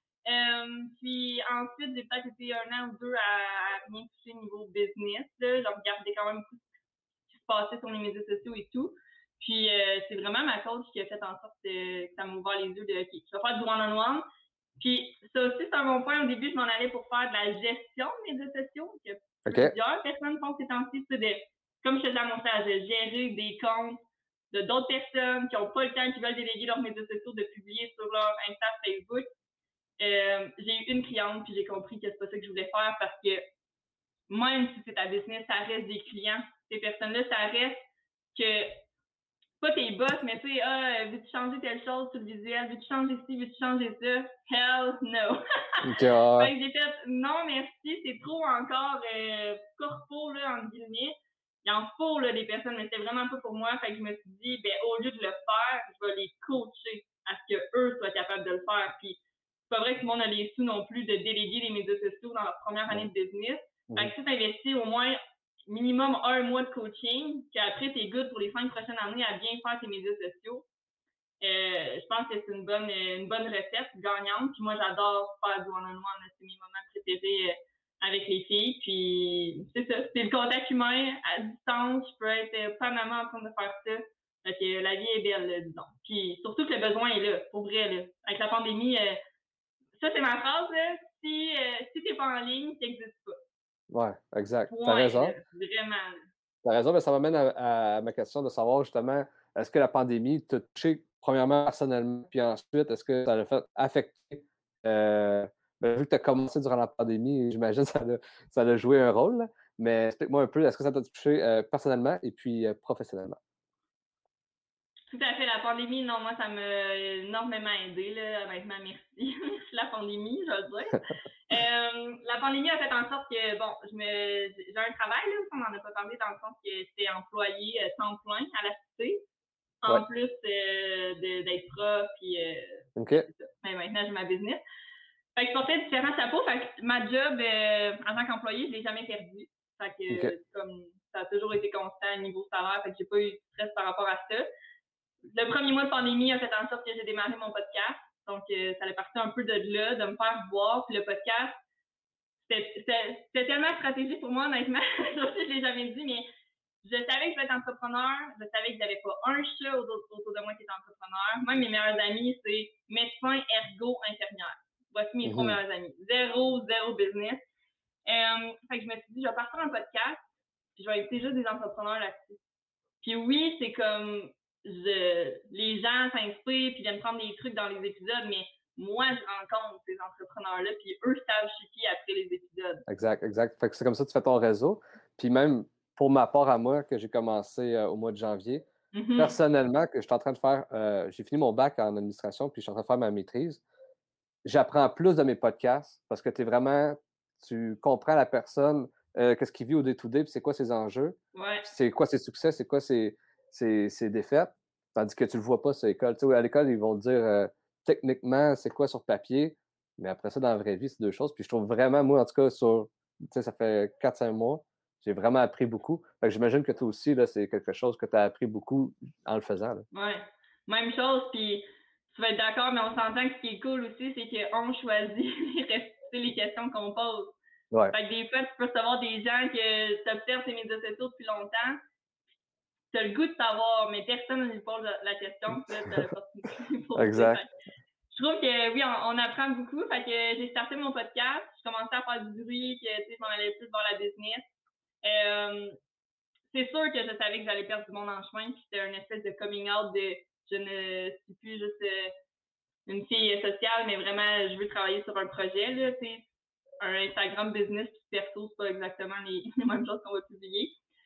Puis ensuite, j'ai peut-être été 1 an ou 2 à rien toucher niveau business. Là. Je regardais quand même tout ce qui se passait sur les médias sociaux et tout. Puis c'est vraiment ma coach qui a fait en sorte que ça m'a ouvert les yeux de OK, je vais faire du one-on-one. Puis ça aussi, c'est un bon point. Au début, je m'en allais pour faire de la gestion des médias sociaux, que plusieurs personnes font ces temps-ci. Comme je faisais à mon stage, de gérer des comptes de d'autres personnes qui n'ont pas le temps, qui veulent déléguer leurs médias sociaux, de publier sur leur Insta, Facebook. J'ai eu une cliente, puis j'ai compris que c'est pas ça que je voulais faire parce que même si c'est ta business, ça reste des clients. Ces personnes-là, ça reste que pas tes boss, mais tu sais, veux-tu changer telle chose sur le visuel? Veux-tu changer ci? Veux-tu changer ça? Hell no! Fait que j'ai fait non, merci, c'est trop encore corpo, là, entre guillemets. Il en faut, là, des personnes, mais c'était vraiment pas pour moi. Fait que je me suis dit, ben, au lieu de le faire, je vais les coacher à ce qu'eux soient capables de le faire. Puis, c'est pas vrai que tout le monde a les sous non plus de déléguer les médias sociaux dans leur première année de business. Fait que si tu investis au moins minimum 1 mois de coaching, qu'après, t'es good pour les 5 prochaines années à bien faire tes médias sociaux, je pense que c'est une bonne recette gagnante. Puis moi, j'adore faire du one-on-one. C'est mes moments préférés avec les filles. Puis c'est ça, c'est le contact humain à distance. Je peux être pas maman en train de faire ça. Fait que la vie est belle, là, disons. Puis surtout que le besoin est là, pour vrai. Là. Avec la pandémie, ça c'est ma phrase. Là. Si t'es pas en ligne, t'existes pas.
Ouais, exact.
Point,
T'as raison.
là, vraiment.
T'as raison, mais ça m'amène à ma question de savoir justement, est-ce que la pandémie t'a touché premièrement personnellement, puis ensuite, est-ce que ça l'a fait affecter, vu que tu as commencé durant la pandémie, j'imagine que ça a joué un rôle, là. Mais explique-moi un peu, est-ce que ça t'a touché personnellement et puis professionnellement?
Tout à fait. La pandémie, non, moi, ça m'a énormément aidé, là. Honnêtement, merci. Merci la pandémie, je vais le dire. La pandémie a fait en sorte que, bon, j'ai un travail, là, on n'en a pas parlé, dans le sens que j'étais employée temps plein à la cité, en plus d'être prof, puis c'est ça. Mais maintenant, j'ai ma business. Fait que je portais différents chapeaux. Fait que ma job, en tant qu'employée, je l'ai jamais perdu. Fait que, comme, ça a toujours été constant niveau salaire, fait que j'ai pas eu de stress par rapport à ça. Le premier mois de pandémie a fait en sorte que j'ai démarré mon podcast. Donc, ça allait partir un peu de là, de me faire voir. Puis le podcast, c'était tellement stratégique pour moi, honnêtement. Ça aussi, je l'ai jamais dit, mais je savais que je voulais être entrepreneur. Je savais que j'avais pas un chat autour de moi qui était entrepreneur. Même mes meilleurs amis, c'est médecin, ergo, infirmière. Voici mes 3 meilleurs amis. Zéro business. Fait que je me suis dit, je vais partir un podcast, puis je vais inviter juste des entrepreneurs là-dessus. Puis oui, c'est comme les gens s'inspirent puis viennent prendre des trucs dans les épisodes, mais moi, je rencontre ces entrepreneurs-là, puis eux savent je suis qui après les épisodes.
Exact. Fait que c'est comme ça que tu fais ton réseau. Puis même pour ma part à moi, que j'ai commencé au mois de janvier, personnellement, que je suis en train de faire, j'ai fini mon bac en administration, puis je suis en train de faire ma maîtrise. J'apprends plus de mes podcasts parce que tu comprends la personne, qu'est-ce qu'il vit au day-to-day, puis c'est quoi ses enjeux, c'est quoi ses succès, c'est quoi ses défaites, tandis que tu le vois pas sur l'école. Tu sais, à l'école, ils vont te dire techniquement c'est quoi sur papier, mais après ça, dans la vraie vie, c'est 2 choses. Puis je trouve vraiment, moi, en tout cas, ça fait 4-5 mois, j'ai vraiment appris beaucoup. Fait que j'imagine que toi aussi, là, c'est quelque chose que tu as appris beaucoup en le faisant. Là.
Ouais, même chose, puis tu vas être d'accord, mais on s'entend que ce qui est cool aussi, c'est qu'on choisit les questions qu'on pose. Fait que des fois, tu peux recevoir des gens que tu observes tes médias sociaux depuis longtemps, t'as le goût de savoir, mais personne ne lui pose la question, puis là, t'as l'opportunité de lui poser.
Exact.
Je trouve que oui, on apprend beaucoup. Fait que j'ai starté mon podcast, je commençais à faire du bruit, que tu sais, je m'en allais plus vers la business. C'est sûr que je savais que j'allais perdre du monde en chemin, puis c'était une espèce de coming out de je ne suis plus juste une fille sociale, mais vraiment je veux travailler sur un projet, là, tu sais. Un Instagram business puis perso, c'est pas exactement les mêmes choses qu'on va publier.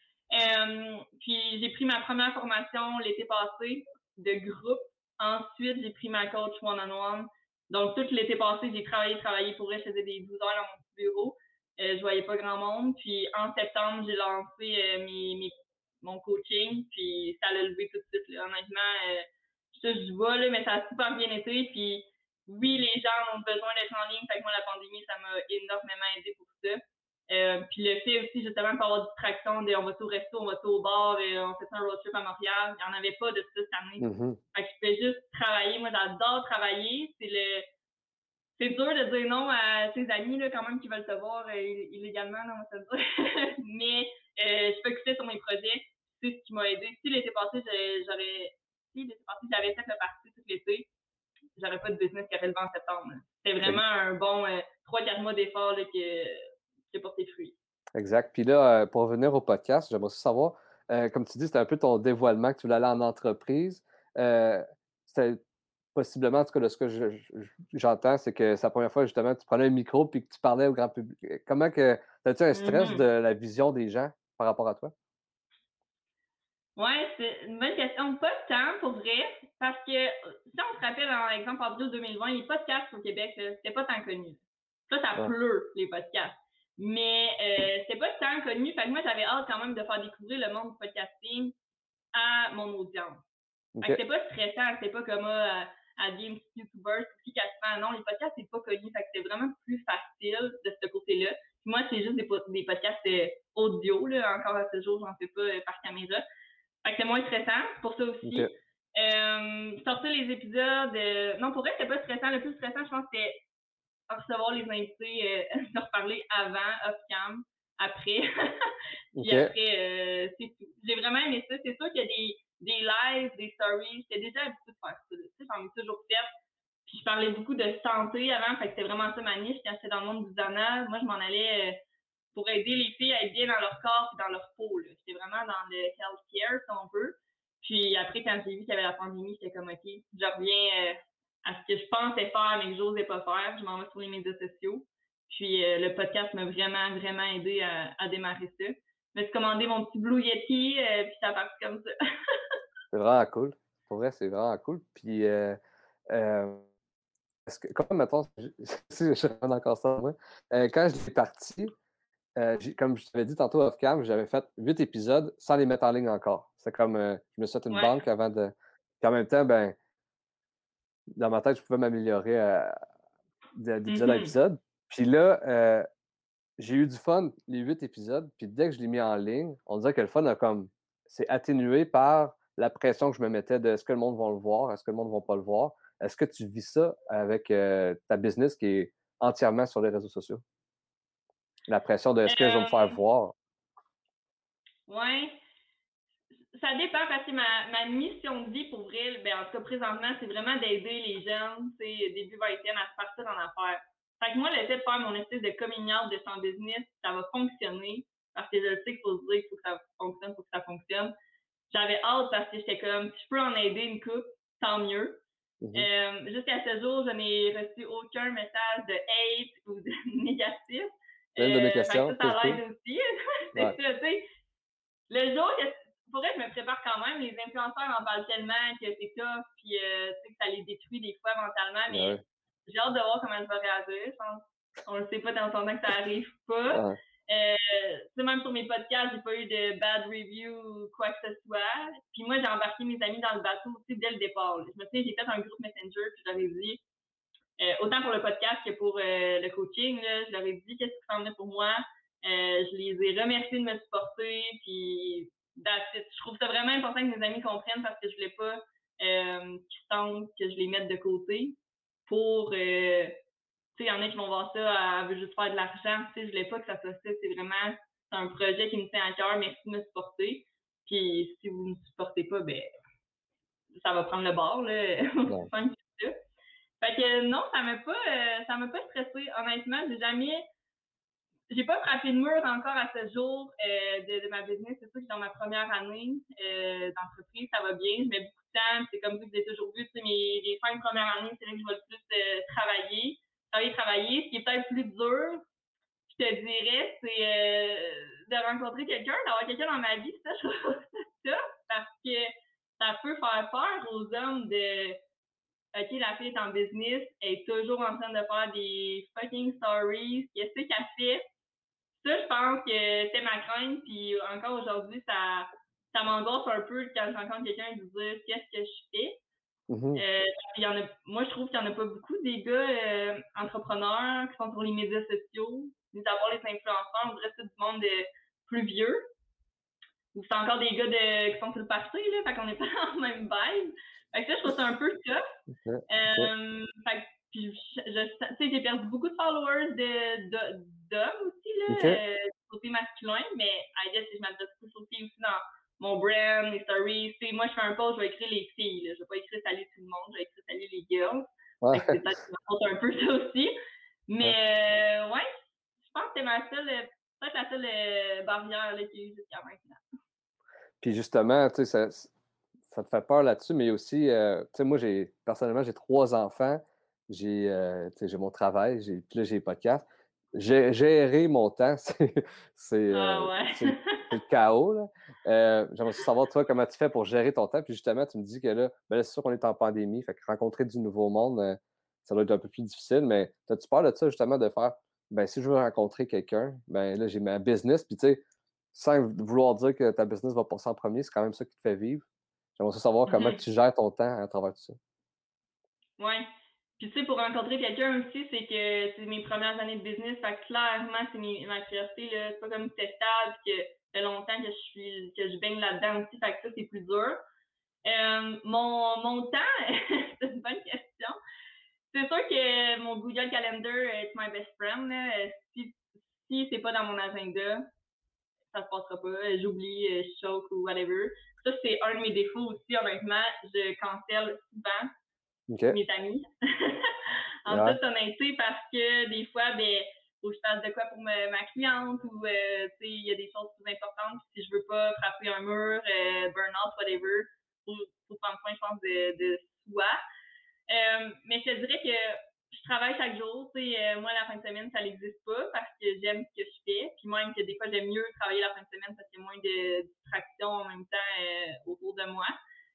Puis j'ai pris ma première formation l'été passé de groupe. Ensuite, j'ai pris ma coach one-on-one. Donc, tout l'été passé, j'ai travaillé pour elle. Je faisais des 12 heures dans mon petit bureau. Je voyais pas grand monde. Puis en septembre, j'ai lancé mon coaching. Puis ça l'a levé tout de suite. Là. Honnêtement, je touche du bois, là, mais ça a super bien été. Puis oui, les gens ont besoin d'être en ligne. Fait que moi, la pandémie, ça m'a énormément aidé pour ça. Puis le fait aussi, justement, pour avoir distraction, on va au resto, on va au bar, on fait un road trip à Montréal. Il n'y en avait pas de ça cette année.
Mm-hmm.
Fait que je fais juste travailler. Moi, j'adore travailler. C'est dur de dire non à tes amis, là, quand même, qui veulent te voir illégalement, on va te le dire. Mais je focusais sur mes projets. C'est ce qui m'a aidé. Si l'été passé, j'avais fait le parti tout l'été, j'aurais pas de business qui aurait levé en septembre. C'était vraiment un bon 3-4 mois d'effort qui a porté fruit.
Exact. Puis là, pour revenir au podcast, j'aimerais aussi savoir, comme tu dis, c'était un peu ton dévoilement que tu voulais aller en entreprise. C'était possiblement, en tout cas, de ce que j'entends, c'est que c'est la première fois, justement, tu prenais un micro puis que tu parlais au grand public. Comment que... As-tu un stress de la vision des gens par rapport à toi?
Ouais, c'est une bonne question. Pas tant, pour vrai, parce que si on se rappelle, par exemple, en 2020, les podcasts au Québec, c'était pas tant connu. Ça pleut, les podcasts. Mais c'était pas tant connu. Fait que moi, j'avais hâte quand même de faire découvrir le monde du podcasting à mon audience. Fait que c'était pas stressant, c'était pas comme à bien un petit YouTuber qui quasiment. Non, les podcasts, c'est pas connu. Fait que c'était vraiment plus facile de ce côté-là. Puis moi, c'est juste des podcasts audio, là. Encore à ce jour, j'en fais pas par caméra. Fait que c'est moins stressant, pour ça aussi. Sortir les épisodes. Non, pour vrai, c'était pas stressant. Le plus stressant, je pense, c'était recevoir les invités, de reparler avant, off-cam, après. Puis après, c'est tout. J'ai vraiment aimé ça. C'est sûr qu'il y a des lives, des stories. J'étais déjà habituée de faire ça. Tu sais, j'en ai toujours fait. Puis je parlais beaucoup de santé avant, fait que c'était vraiment ça ma niche. Quand j'étais dans le monde du zona, moi, je m'en allais pour aider les filles à être bien dans leur corps et dans leur peau. J'étais vraiment dans le healthcare, si on veut. Puis après, quand j'ai vu qu'il y avait la pandémie, j'étais comme, OK, je reviens à ce que je pensais faire, mais que j'osais pas faire. Je m'en vais sur les médias sociaux. Puis le podcast m'a vraiment, vraiment aidé à démarrer ça. Je me suis commandé mon petit Blue Yeti, puis ça a parti comme ça.
C'est vraiment cool. Pour vrai, c'est vraiment cool. Puis, est-ce que, comme, mettons, si je ramène encore ça, moi, quand je l'ai parti, comme je t'avais dit tantôt off-cam, j'avais fait 8 épisodes sans les mettre en ligne encore. C'est comme, je me suis fait une banque avant de... Puis en même temps, ben, dans ma tête, je pouvais m'améliorer d'épisode à épisode. Puis là, j'ai eu du fun les 8 épisodes, puis dès que je l'ai mis en ligne, on dirait que le fun a comme... C'est atténué par la pression que je me mettais de est-ce que le monde va le voir, est-ce que le monde ne va pas le voir. Est-ce que tu vis ça avec ta business qui est entièrement sur les réseaux sociaux? La pression de est-ce que je vais me faire voir?
Ouais. Ça dépend parce que ma mission de vie pour vrai, ben, en tout cas présentement, c'est vraiment d'aider les jeunes, début vingtaine, à se partir en affaires. Fait que moi, le fait de faire mon espèce de coming out de son business, ça va fonctionner parce que je sais qu'il faut se dire qu'il faut que ça fonctionne, il faut que ça fonctionne. J'avais hâte parce que j'étais comme, si je peux en aider une couple, tant mieux. Jusqu'à ce jour, je n'ai reçu aucun message de hate ou de négatif.
C'est une de mes questions.
Fait que ça l'aide aussi. C'est ça, tu sais. Le jour que pour vrai, je me prépare quand même. Les influenceurs en parlent tellement que c'est tough, puis que ça les détruit des fois mentalement, mais j'ai hâte de voir comment je vais réagir. Je pense on ne sait pas dans son temps que ça arrive pas. Même sur mes podcasts, j'ai pas eu de bad review ou quoi que ce soit. Puis moi, j'ai embarqué mes amis dans le bateau aussi dès le départ. Je me souviens, j'ai fait un groupe Messenger, puis j'avais dit, autant pour le podcast que pour le coaching, là, je leur ai dit qu'est-ce qui s'en venait pour moi. Je les ai remerciés de me supporter, puis je trouve ça vraiment important que mes amis comprennent parce que je voulais pas qu'ils sentent que je les mette de côté pour tu sais, il y en a qui vont voir ça, elle veut juste faire de l'argent, tu sais, je voulais pas que ça soit ça, c'est vraiment un projet qui me tient à cœur, merci de me supporter. Puis si vous ne supportez pas, ben ça va prendre le bord, là,
Ouais.
aussi simple que ça. Fait que non, ça m'a pas stressée. Honnêtement, j'ai pas frappé de mur encore à ce jour de ma business. C'est sûr que dans ma première année d'entreprise, ça va bien. Je mets beaucoup de temps. C'est comme vous avez toujours vu, les 5 premières années, c'est là que je vais le plus travailler. Ce qui est peut-être plus dur, je te dirais, c'est de rencontrer quelqu'un, d'avoir quelqu'un dans ma vie. Ça, je trouve ça parce que ça peut faire peur aux hommes de OK, la fille est en business, elle est toujours en train de faire des fucking stories. Qu'est-ce qu'elle fait? Ça, je pense que c'est ma crainte, puis encore aujourd'hui, ça m'angoisse un peu quand je rencontre quelqu'un et de dire qu'est-ce que je fais.
Mhm.
Moi, je trouve qu'il n'y en a pas beaucoup des gars entrepreneurs qui sont sur les médias sociaux, mis à part les influenceurs, on dirait que c'est du monde plus vieux. Ou c'est encore des gars qui sont sur le party, là, fait qu'on n'est pas en même vibe. Fait que ça, je trouve ça un peu tough.
OK. OK.
Fait que, puis, tu sais, j'ai perdu beaucoup de followers d'hommes aussi, là,
OK.
côté masculin, mais I guess je m'adresse plus aux filles aussi dans mon brand, les stories. Tu sais, moi, je fais un post, je vais écrire les filles, là. Je vais pas écrire salut tout le monde, je vais écrire salut les girls.
Ouais.
Fait que c'est peut-être qui m'apporte un peu ça aussi.
Ouais.
Mais, ouais, je pense que c'est peut-être la seule barrière là, qu'il y a eu jusqu'à maintenant.
Puis justement, tu sais, ça te fait peur là-dessus, mais aussi, tu sais, moi, personnellement, j'ai 3 enfants, tu sais, j'ai mon travail, puis là, j'ai les podcasts. Gérer mon temps,
Ah ouais.
c'est le chaos, là. J'aimerais savoir, toi, comment tu fais pour gérer ton temps? Puis justement, tu me dis que là, ben là, c'est sûr qu'on est en pandémie, fait que rencontrer du nouveau monde, ça doit être un peu plus difficile, mais as-tu peur de ça, justement, de faire, ben si je veux rencontrer quelqu'un, ben là, j'ai ma business, puis tu sais, sans vouloir dire que ta business va passer en premier, c'est quand même ça qui te fait vivre. J'aimerais ça savoir comment
Mhm.
tu gères ton temps à travers tout ça.
Ouais. Puis tu sais, pour rencontrer quelqu'un aussi, c'est que c'est mes premières années de business, fait que clairement, c'est ma priorité, là. C'est pas comme si c'était stable, que ça fait longtemps que je baigne là-dedans aussi, fait que ça, c'est plus dur. Mon temps, c'est une bonne question. C'est sûr que mon Google Calendar est my best friend, là. Si c'est pas dans mon agenda, ça se passera pas. J'oublie, je choke ou whatever. Ça, c'est un de mes défauts aussi, honnêtement. Je cancelle souvent
OK.
mes amis. En
Ouais.
toute honnêteté, parce que des fois, ben, faut que je fasse de quoi pour ma cliente ou il y a des choses plus importantes. Si je veux pas frapper un mur, burn-out, whatever, faut prendre soin, je pense, de soi. Mais je te dirais que je travaille chaque jour. Moi, la fin de semaine, ça n'existe pas parce que j'aime ce que je fais. Puis même que des fois, j'aime mieux travailler la fin de semaine parce qu'il y a moins de distractions en même temps autour de moi.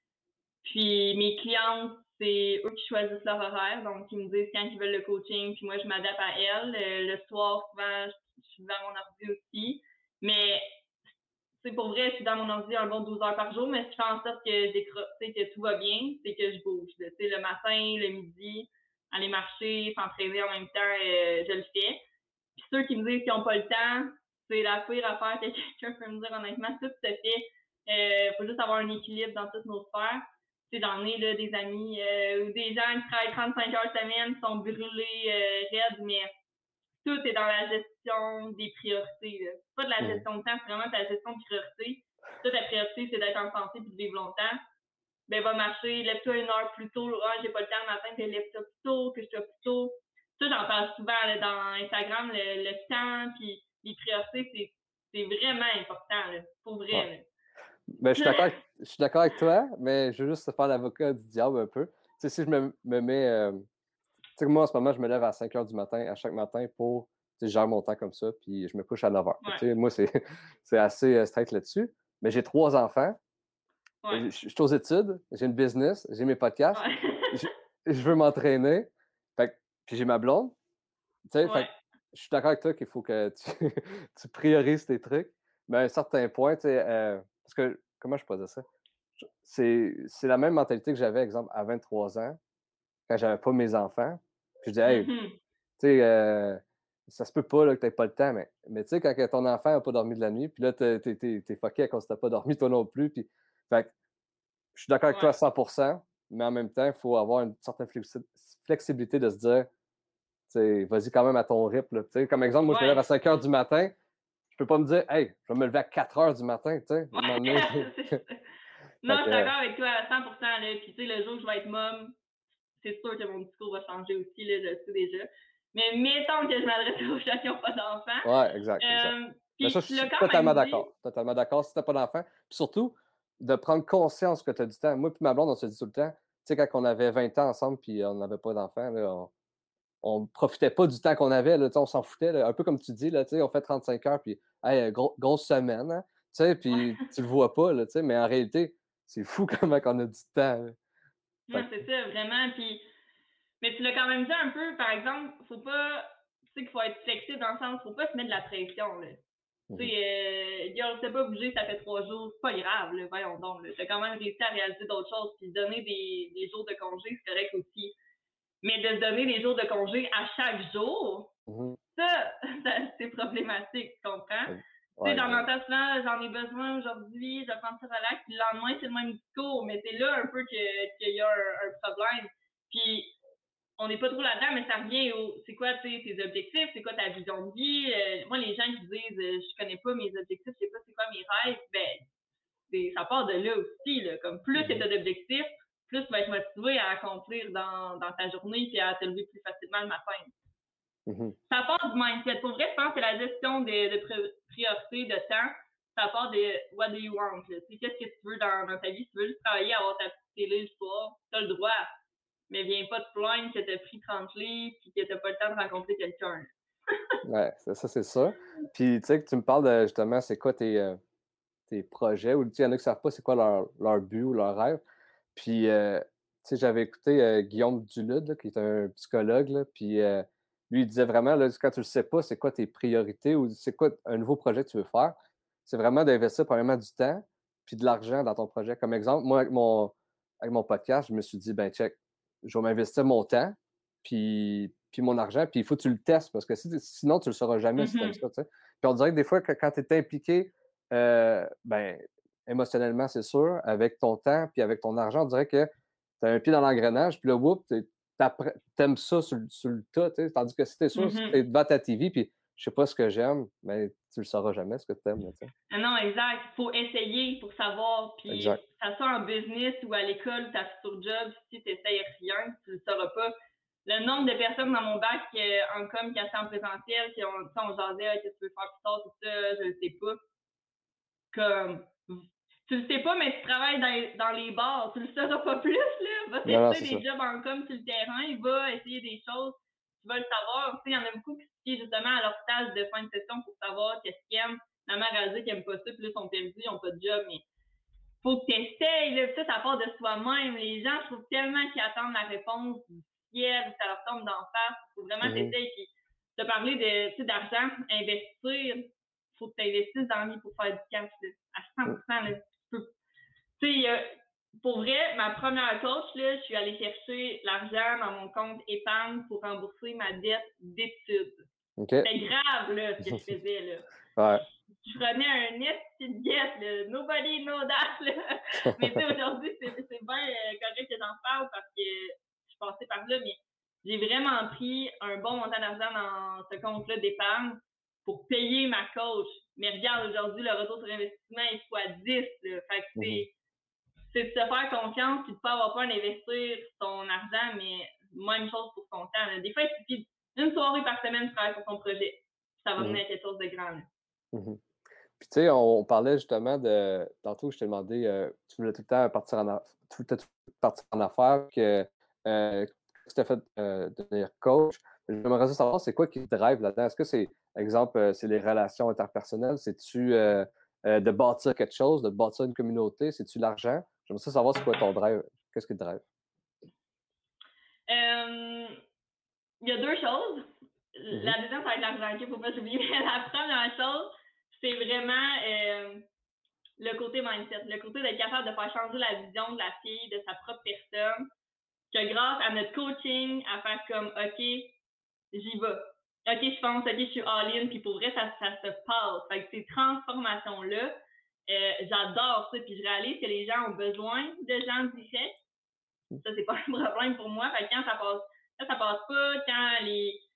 Puis mes clientes, c'est eux qui choisissent leur horaire, donc ils me disent quand ils veulent le coaching, puis moi je m'adapte à elles. Le soir, souvent, je suis devant mon ordi aussi. Mais c'est pour vrai, je suis dans mon ordi un bon 12 heures par jour, mais ce qui fait en sorte que que tout va bien, c'est que je bouge. Le matin, le midi, aller marcher, s'entraîner en même temps, je le fais. Puis ceux qui me disent qu'ils n'ont pas le temps, c'est la pire affaire que quelqu'un peut me dire honnêtement. Tout se fait. Il faut juste avoir un équilibre dans toutes nos sphères. J'en ai là, des amis ou des gens qui travaillent 35 heures semaine, sont brûlés raides, mais tout est dans la gestion des priorités. Là. C'est pas de la
Mmh.
gestion de temps, c'est vraiment de la gestion de priorités. Toi, ta priorité, c'est d'être en santé et de vivre longtemps. Ben, va marcher, lève-toi 1 heure plus tôt. Ah, j'ai pas le temps le matin, puis lève-toi plus tôt, que je sois plus tôt. Ça, j'en parle souvent là, dans Instagram, le temps, puis les priorités, c'est vraiment important, là, pour
Ouais.
vrai.
Ben,
Là.
je suis d'accord avec toi, mais je veux juste te faire l'avocat du diable un peu. Tu sais, si je me mets, tu sais, moi, en ce moment, je me lève à 5 heures du matin, à chaque matin pour, tu sais, je gère mon temps comme ça, puis je me couche à 9 heures. Fait que,
Ouais,
tu sais, moi, c'est c'est assez strict là-dessus. Mais j'ai 3 enfants,
ouais,
je suis aux études, j'ai une business, j'ai mes podcasts,
ouais,
je je veux m'entraîner, fait que puis j'ai ma blonde, tu sais, fait
ouais,
que je suis d'accord avec toi qu'il faut que tu tu priorises tes trucs, mais à un certain point, tu sais, parce que comment je peux dire ça? C'est la même mentalité que j'avais, exemple, à 23 ans, quand j'avais pas mes enfants. Puis je dis: «Hey, tu
mhm,
sais, ça se peut pas là, que tu aies pas le temps», mais tu sais, quand que ton enfant a pas dormi de la nuit, puis là, tu es fucké à cause que tu pas dormi toi non plus, puis fait que je suis d'accord avec toi à
ouais,
100, mais en même temps, il faut avoir une certaine flexibilité de se dire, tu sais, vas-y quand même à ton rythme, là. Tu sais, comme exemple, moi, je me lève
ouais,
à 5 heures du matin, peux pas me dire: «Hey, je vais me lever à 4 heures du matin», tu sais? À un
Ouais,
moment donné,
c'est ça. Non,
fait
je suis
que
d'accord avec toi à 100 là. Puis, tu sais, le jour où je vais être mom, c'est sûr que mon discours va changer aussi, là, je le sais déjà. Mais mettons que je m'adresse aux gens qui n'ont pas d'enfants.
ouais, exact, exact. Mais ça,
Puis
je
tu l'as
suis
quand
totalement
même dit.
d'accord. Totalement d'accord si tu pas d'enfant. Puis surtout, de prendre conscience que tu as du temps. Moi puis ma blonde, on se dit tout le temps, tu sais, quand on avait 20 ans ensemble puis on n'avait pas d'enfants, là, on profitait pas du temps qu'on avait, là, tu sais, on s'en foutait, là. Un peu comme tu dis, là, tu sais, on fait 35 heures puis hey, grosse semaine, hein, tu sais, puis tu le vois pas, là, tu sais, mais en réalité, c'est fou comment on a du temps, là.
Ouais,
Fait que
c'est ça, vraiment. Puis, mais tu l'as quand même dit un peu, par exemple, faut pas, tu sais qu'il faut être flexible dans le sens, faut pas se mettre de la pression, là. Tu
mmh
sais, gars, on sait pas bouger, ça fait 3 jours, c'est pas grave, là, voyons donc, là. T'as quand même réussi à réaliser d'autres choses, puis donner des jours de congé, c'est correct aussi. Mais de se donner des jours de congé à chaque jour,
mh.
ça, c'est problématique, tu comprends? Tu sais,
Ouais,
j'en
exact.
entends souvent, j'en ai besoin aujourd'hui, je vais prendre ça relax, puis le lendemain, c'est le même discours, mais c'est là un peu qu'il y a un problème. Puis, on n'est pas trop là-dedans, mais ça revient au c'est quoi tes objectifs, c'est quoi ta vision de vie. Moi, les gens qui disent je connais pas mes objectifs, je sais pas c'est quoi mes rêves, ben, ça part de là aussi. Là. Comme plus tu
Mmh
as d'objectifs, plus tu vas être motivé à accomplir dans ta journée et à te lever plus facilement le matin.
mh.
Ça part du mindset. Pour vrai, je pense que la gestion de priorité, de temps, ça part de what do you want. Qu'est-ce que tu veux dans ta vie? Si tu veux juste travailler, avoir ta petite télé le soir, tu as le droit. Mais viens pas te plaindre que tu as pris 30 livres et que tu pas le temps de rencontrer quelqu'un.
Ouais, ça, c'est ça. Puis, tu sais, que tu me parles de justement, c'est quoi tes projets ou tu sais, il y en a qui savent pas c'est quoi leur but ou leur rêve. Puis, tu sais, j'avais écouté, Guillaume Dulude, là, qui est un psychologue, là, puis, lui, il disait vraiment, là, quand tu ne sais pas c'est quoi tes priorités ou c'est quoi un nouveau projet que tu veux faire, c'est vraiment d'investir premièrement du temps puis de l'argent dans ton projet. Comme exemple, moi, avec mon podcast, je me suis dit: «Ben check, je vais m'investir mon temps puis mon argent, puis il faut que tu le testes parce que sinon tu le sauras jamais si tu aimes
Mhm.
ça», tu sais? Puis on dirait que des fois que quand tu es impliqué, ben, émotionnellement, c'est sûr, avec ton temps puis avec ton argent, on dirait que tu as un pied dans l'engrenage, puis là, whoop, t'aimes ça sur le tas, tu sais. Tandis que si t'es sûr, si t'es
Mhm.
devant ta TV, puis je sais pas ce que j'aime, mais tu le sauras jamais ce que tu aimes, tu sais.
Ah non, exact. Il faut essayer pour savoir. Puis,
Exact.
que ça soit en business ou à l'école ou ta future job, si tu n'essayes rien, tu ne le sauras pas. Le nombre de personnes dans mon bac en com qui a fait en présentiel, on jasait, ah, qu'est-ce que tu veux faire plus tard, tout ça, je ne sais pas. Comme, tu le sais pas, mais tu travailles dans les bars, tu le sauras pas plus, là. Va
Non, non,
tester
c'est ça.
des jobs en com sur le terrain, va essayer des choses, tu vas le savoir. Tu sais, il y en a beaucoup qui se fient justement à leur stage de fin de session pour savoir qu'est-ce qu'ils aiment. Ma mère a dit qu'ils n'aiment pas ça, puis là, ils sont perdus, ils n'ont pas de job, mais faut que tu essayes, là. Ça part de soi-même. Les gens, je trouve tellement qu'ils attendent la réponse du ciel, ça leur tombe d'en face. Faut vraiment
Mhm,
t'essayer. Puis, tu as parlé d'argent, investir. Faut que tu investisses dans la vie pour faire du cash, là, à
mm,
100 là. Tu sais, pour vrai, ma première coach, là, je suis allée chercher l'argent dans mon compte épargne pour rembourser ma dette d'études.
OK.
C'était grave, là, ce que je faisais, là.
Ouais.
Je prenais un esti de guette, là. Nobody know that, là. Mais tu sais, aujourd'hui, c'est bien correct que j'en parle parce que je suis passée par là, mais j'ai vraiment pris un bon montant d'argent dans ce compte-là d'épargne pour payer ma coach. Mais regarde, aujourd'hui, le retour sur investissement est fois 10, là. Fait que
Mhm,
c'est de se faire confiance et de pas avoir peur d'investir son argent, mais même chose pour son temps, là. Des fois, il suffit d'une soirée par semaine de travailler sur ton projet. Ça va
mhm,
mener à quelque chose de grand, là.
mhm. Puis tu sais, on parlait justement de tantôt, je t'ai demandé, tu voulais tout le temps tout le temps partir en affaires, que, tu t'as fait, devenir coach. J'aimerais ça savoir, c'est quoi qui te drive là-dedans? Est-ce que c'est, exemple, c'est les relations interpersonnelles? C'est-tu, de bâtir quelque chose, de bâtir une communauté? C'est-tu l'argent? J'aimerais ça savoir c'est quoi ton drive? Qu'est-ce qui te drive?
Euh, il y a deux choses.
Mhm,
La deuxième, ça va être l'argent, il ne faut pas s'oublier. La première chose, c'est vraiment le côté mindset, le côté d'être capable de faire changer la vision de la fille, de sa propre personne, que grâce à notre coaching, à faire comme, OK, j'y vais. OK, je pense, OK, je suis all-in, puis pour vrai, ça se passe. Fait que ces transformations-là, j'adore ça, puis je réalise que les gens ont besoin de gens directs. Ça, c'est pas un problème pour moi. Fait que quand ça passe pas, quand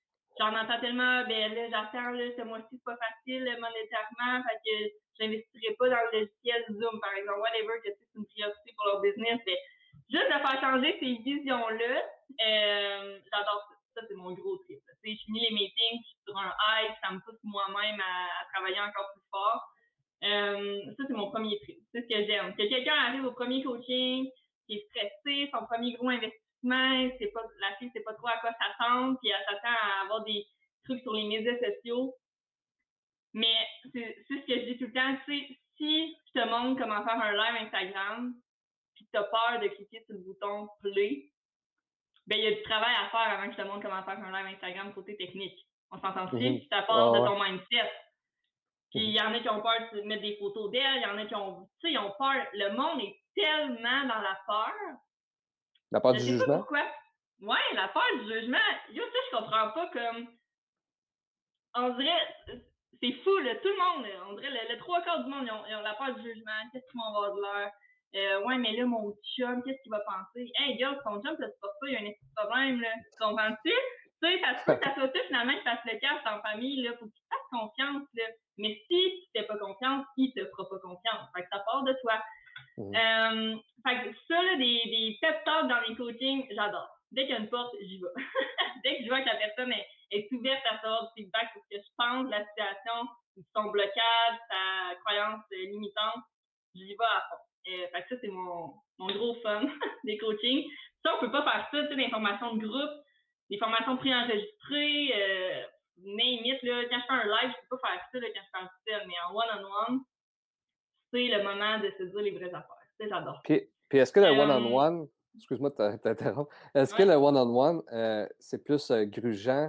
j'en entends tellement, ben là, j'attends, là, ce mois-ci, c'est pas facile monétairement, fait que j'investirai pas dans le logiciel Zoom, par exemple, whatever, que c'est une priorité pour leur business. Mais juste de faire changer ces visions-là, j'adore ça. Ça, c'est mon gros trip. Je finis les meetings, je suis sur un high, ça me pousse moi-même à travailler encore plus fort. Ça, c'est mon premier trip. C'est ce que j'aime. Que quelqu'un arrive au premier coaching, qui est stressé, son premier gros investissement, la fille sait pas trop à quoi s'attendre, puis elle s'attend à avoir des trucs sur les médias sociaux. Mais c'est ce que je dis tout le temps, tu sais, si je te montre comment faire un live Instagram, puis tu as peur de cliquer sur le bouton play, ben il y a du travail à faire avant que je te montre comment faire un live Instagram côté technique. On s'entend-tu? Ça part de ton mindset. Puis il y en a qui ont peur de mettre des photos d'elle, il y en a qui ont, tu sais, ils ont peur. Le monde est tellement dans la peur.
La peur
Je
du
sais
jugement?
pas pourquoi. Ouais, la peur du jugement. Yo, ça, je comprends pas comme. On dirait, c'est fou, là, tout le monde, là, on dirait le trois quarts du monde, ils ont la peur du jugement. Qu'est-ce qu'ils vont avoir de l'air? Ouais, mais là, mon chum, qu'est-ce qu'il va penser? Hey, gars, ton chum, ça se passe pas, il y a un petit problème, là. Tu comprends-tu? Tu sais, ça se peut que ça soit tout, finalement, qu'il fasse le casse en famille, là. Faut que tu fasses confiance, là. Mais si tu fais pas confiance, il te fera pas confiance. Fait que ça part de toi. Fait que ça, là, des pep talks dans les coachings, j'adore. Dès qu'il y a une porte, j'y vais. Dès que je vois que la personne est ouverte à savoir du feedback sur ce que je pense de la situation, son blocage, sa croyance limitante, j'y vais à fond. Fait que ça, c'est mon gros fun des coachings. Ça, on peut pas faire ça, tu sais, des formations de groupe, des formations préenregistrées, name it, là. Quand je fais un live, je peux pas faire ça, là, quand je fais un seul, mais en one-on-one, c'est le moment de se dire les vraies affaires. Ça, j'adore.
Puis est-ce que le one-on-one, excuse-moi de t'interrompre, est-ce que le one-on-one, c'est plus grugeant,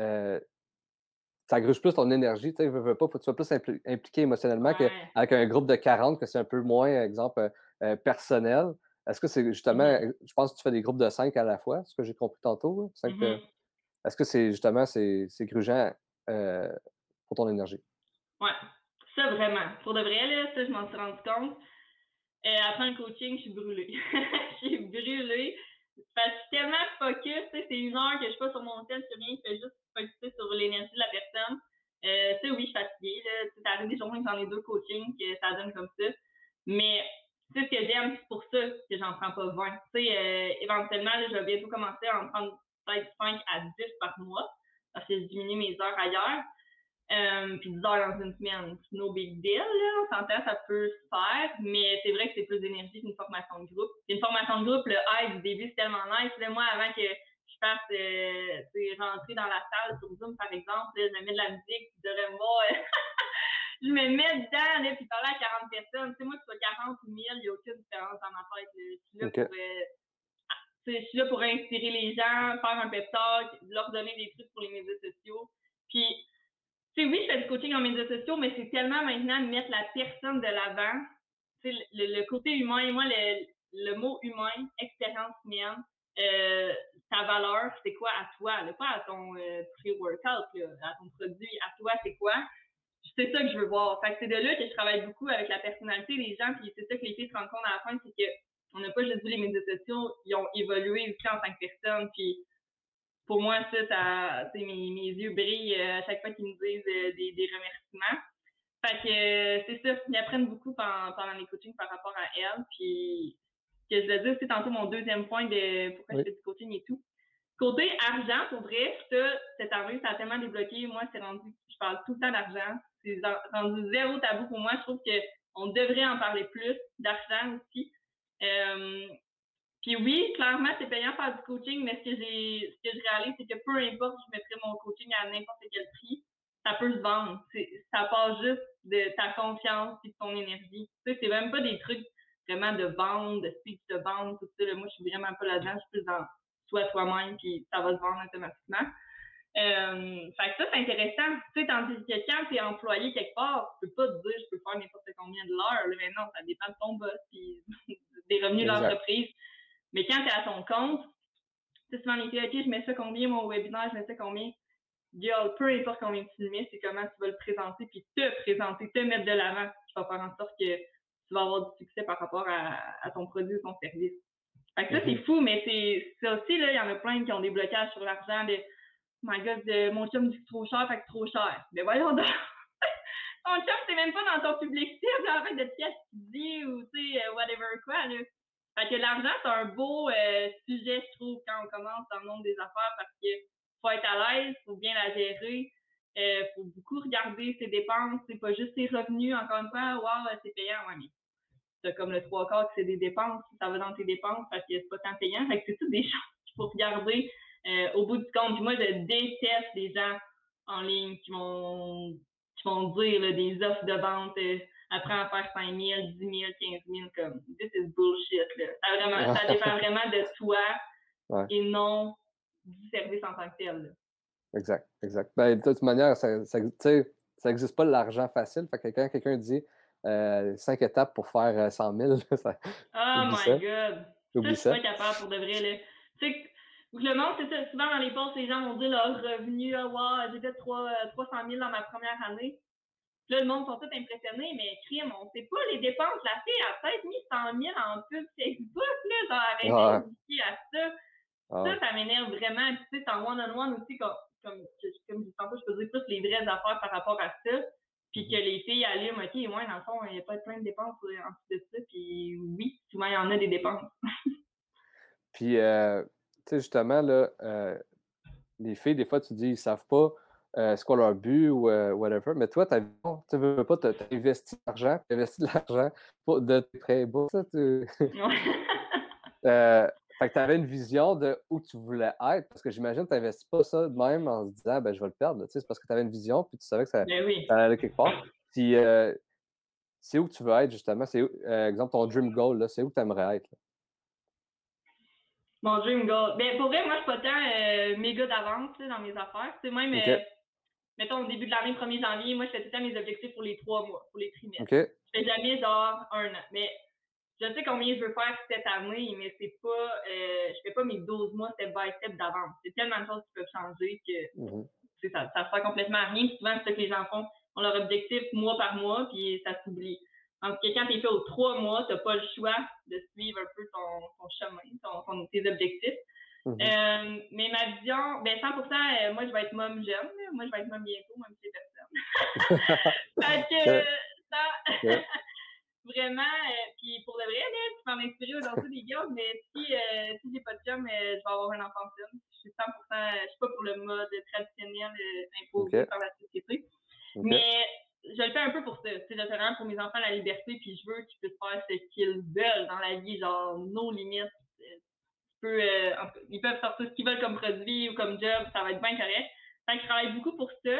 ça gruge plus ton énergie, tu sais, veux pas, faut que tu sois plus impliqué émotionnellement qu'avec un groupe de 40, que c'est un peu moins, exemple, personnel. Est-ce que c'est justement, je pense que tu fais des groupes de 5 à la fois, ce que j'ai compris tantôt, est-ce que c'est justement, c'est grugeant pour ton énergie?
Ouais, ça vraiment. Pour de vrai, là, ça, je m'en suis rendu compte. Après le coaching, je suis brûlée. Je suis brûlée. Parce que je suis tellement focus, tu sais, c'est une heure que je suis pas sur mon tel, je rien, je fais juste focuser sur l'énergie de la personne. Tu sais, oui, je suis fatiguée, là. Tu sais, t'arrives des journées que j'en ai 2 coachings, que ça donne comme ça. Mais, tu sais, ce que j'aime, c'est pour ça que j'en prends pas 20. Tu sais, éventuellement, là, je vais bientôt commencer à en prendre peut-être 5 à 10 par mois. Parce que je diminue mes heures ailleurs. Puis 10 heures dans une semaine, no big deal, là, on s'entend, ça peut se faire, mais c'est vrai que c'est plus d'énergie qu'une formation de groupe. Une formation de groupe, le high du début, c'est tellement nice. Là, moi, avant que je fasse rentrer dans la salle sur Zoom, par exemple, là, je me mets de la musique, puis de moi, je me mets dedans, là, puis parler à 40 personnes. Tu sais, moi, que ce soit 40 ou 1000, il n'y a aucune différence dans ma tête. Je suis là pour inspirer les gens, faire un pep talk, leur donner des trucs pour les médias sociaux. Puis, tu sais, oui, je fais du coaching en médias sociaux, mais c'est tellement maintenant de mettre la personne de l'avant. Tu sais, le côté humain, moi, le mot humain, expérience humaine, ta valeur, c'est quoi à toi, là, pas à ton pré-workout, là, à ton produit, à toi, c'est quoi? C'est ça que je veux voir. Fait que c'est de là que je travaille beaucoup avec la personnalité des gens, puis c'est ça que les filles se rendent compte à la fin, c'est qu'on n'a pas juste vu les médias sociaux, ils ont évolué aussi en tant que personne, puis pour moi, ça mes yeux brillent à chaque fois qu'ils me disent des remerciements. Fait que c'est ça, ils apprennent beaucoup pendant les coachings par rapport à elle. Puis, ce que je veux dire, c'est tantôt mon deuxième point de pourquoi je fais du coaching et tout. Côté argent, pour vrai, ça, cette année, ça a tellement débloqué. Moi, c'est rendu, je parle tout le temps d'argent. C'est rendu zéro tabou pour moi. Je trouve qu'on devrait en parler plus, d'argent aussi. Puis oui, clairement, c'est payant de faire du coaching, mais ce que je réalise, c'est que peu importe, je mettrais mon coaching à n'importe quel prix, ça peut se vendre. Ça part juste de ta confiance et de ton énergie. Tu sais, c'est même pas des trucs vraiment de vente, de speech de vente, tout ça. Là. Moi, je suis vraiment pas là-dedans. Je suis plus dans toi-même, puis ça va se vendre automatiquement. Fait que ça, c'est intéressant. Tu sais, tandis que quand tu es employé quelque part, tu peux pas te dire je peux faire n'importe combien de l'heure. Mais non, ça dépend de ton boss puis des revenus de l'entreprise. Mais quand tu es à ton compte, tu sais, souvent les filles, OK, je mets ça combien mon webinaire, je mets ça combien. Girl, peu importe combien tu le mets, c'est comment tu vas le présenter, puis te mettre de l'avant, qui va faire en sorte que tu vas avoir du succès par rapport à ton produit ou ton service. Fait que ça, c'est fou, mais c'est ça aussi, là, il y en a plein qui ont des blocages sur l'argent. my God, mon chum dit que c'est trop cher, fait que c'est trop cher. Mais voyons donc! Ton chum, c'est même pas dans ton public cible, en fait, de pièces que tu dis ou, tu sais, whatever quoi, là. Fait que l'argent, c'est un beau sujet, je trouve, quand on commence dans le monde des affaires parce que faut être à l'aise, faut bien la gérer, faut beaucoup regarder ses dépenses, c'est pas juste ses revenus, encore une fois, wow, c'est payant, ouais, mais t'as comme le 3/4 que c'est des dépenses, ça va dans tes dépenses, parce que c'est pas tant payant, fait que c'est toutes des choses qu'il faut regarder au bout du compte. Puis moi, je déteste les gens en ligne qui vont dire là, des offres de vente après en faire 5 000, 10 000, 15 000, comme this is bullshit. Là. Ça dépend vraiment de toi et non du service en tant que tel. Là.
Exact, exact. Ben, de toute manière, ça n'existe pas l'argent facile. Fait que quand quelqu'un dit 5 étapes pour faire 100 000,
oh
oublie
my
ça.
God!
Oublie
Ça, je suis
ça.
pas capable pour de vrai. Là. Tu sais, le monde, c'est ça. Souvent dans les posts, les gens vont dire leur revenu, wow, j'ai fait 300 000 dans ma première année. Là, le monde sont tous impressionnés, mais crime, on sait pas les dépenses. La fille a peut-être mis 100 000 en pub Facebook, là, genre, arrêtez de à ça. Ça m'énerve vraiment. Tu sais, c'est en one-on-one aussi, comme je dis tantôt, je peux dire plus les vraies affaires par rapport à ça. Puis que les filles allument, OK, ouais, dans le fond, il n'y a pas plein de dépenses en dessous de ça. Puis oui, souvent, il y en a des dépenses.
Puis, tu sais, justement, là, les filles, des fois, tu dis, ils ne savent pas c'est quoi leur but ou whatever. Mais toi, tu veux pas, tu as investi de l'argent, de tes prêts bourses. Fait que tu avais une vision de où tu voulais être, parce que j'imagine que tu n'investis pas ça de même en se disant, ben, je vais le perdre. C'est parce que tu avais une vision, puis tu savais que ça allait quelque part. Puis, c'est où que tu veux être, justement? C'est exemple, ton dream goal, là, c'est où que tu aimerais être? Là?
Mon dream goal. Ben, pour vrai, moi, je suis pas tant méga d'avance dans mes affaires. Tu sais, même, mettons, au début de l'année, 1er janvier, moi, je fais tout le temps mes objectifs pour les 3 mois, pour les trimestres. Je fais jamais genre 1 an. Mais je sais combien je veux faire cette année, mais c'est pas, je fais pas mes 12 mois step by step d'avance. C'est tellement de choses qui peuvent changer que ça sert complètement à rien. Puis souvent, c'est ça que les gens font leur objectif mois par mois, puis ça s'oublie. Donc, quand tu es fait aux 3 mois, tu n'as pas le choix de suivre un peu ton chemin, tes objectifs. Mais ma vision, ben 100%, moi, je vais être môme jeune. Moi, je vais être môme bientôt, même si j'ai personne. Fait que ça... Vraiment, puis pour de vrai, là, tu peux m'inspirer aujourd'hui des gars, mais si j'ai pas de chum, je vais avoir un enfant jeune. Je suis 100%, je suis pas pour le mode traditionnel imposé par la société. Mais je le fais un peu pour ça. Je le fais vraiment pour mes enfants la liberté, puis je veux qu'ils puissent faire ce qu'ils veulent dans la vie, genre nos limites. Ils peuvent sortir ce qu'ils veulent comme produit ou comme job, ça va être bien correct. Fait que je travaille beaucoup pour ça.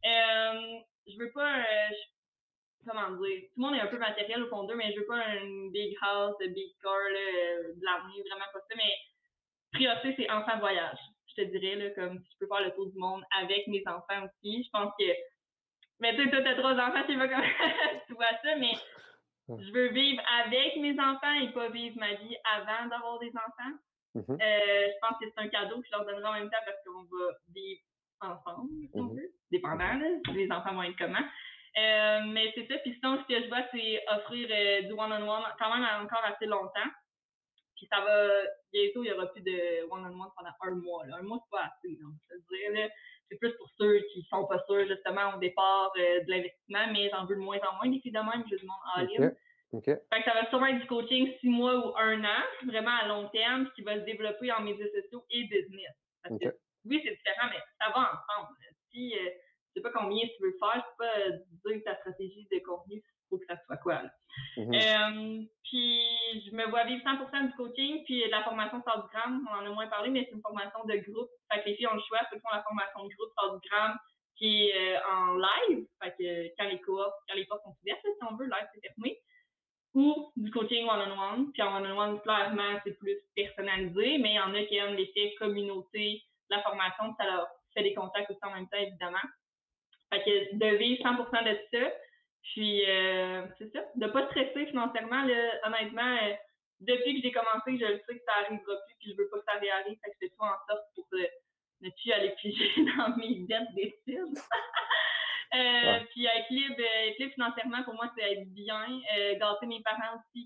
Je veux pas comment dire, tout le monde est un peu matériel au fond d'eux, mais je veux pas une big house, un big car, de l'avenir, vraiment pas ça, mais priorité, c'est enfant voyage. Je te dirais, là, comme si je peux faire le tour du monde avec mes enfants aussi. Je pense que, mais tu sais, toi, t'as 3 enfants, je sais pas comment tu vois ça, mais je veux vivre avec mes enfants et pas vivre ma vie avant d'avoir des enfants. Je pense que c'est un cadeau que je leur donnerai en même temps parce qu'on va vivre ensemble, si on veut, dépendant, là, les enfants vont être comment. Mais c'est ça. Puis sinon, ce que je vois, c'est offrir du one-on-one quand même encore assez longtemps. Puis ça va, bientôt, il n'y aura plus de one-on-one pendant 1 mois. Là. 1 mois, c'est pas assez. Donc, je veux dire, là, c'est plus pour ceux qui sont pas sûrs, justement, au départ de l'investissement, mais j'en veux de moins en moins. Des filles de même, je demande en ligne. Fait que ça va sûrement être du coaching 6 mois ou 1 an, vraiment à long terme, qui va se développer en médias sociaux et business. Parce que oui, c'est différent, mais ça va ensemble. Si je sais pas combien tu veux faire, je peux pas dire ta stratégie de contenu, il faut que ça soit quoi. Là. Puis je me vois vivre 100% du coaching, puis de la formation Sort-du-Gram, on en a moins parlé, mais c'est une formation de groupe. Fait que les filles ont le choix, ceux qui font la formation de groupe Sort-du-Gram, qui est en live, fait que quand les portes sont ouvertes, si on veut, live c'est fermé, ou du coaching one-on-one. Puis en one-on-one, clairement, c'est plus personnalisé, mais il y en a qui aiment l'effet communauté, la formation, ça leur fait des contacts aussi en même temps, évidemment. Fait que de vivre 100% de ça, puis c'est ça, de pas stresser financièrement, là, honnêtement, depuis que j'ai commencé, je le sais que ça arrivera plus, puis je veux pas que ça réarrive, fait que je fais tout en sorte pour ne plus aller piger dans mes dettes des styles. Puis équilibre financièrement, pour moi, c'est être bien. Gâter mes parents aussi,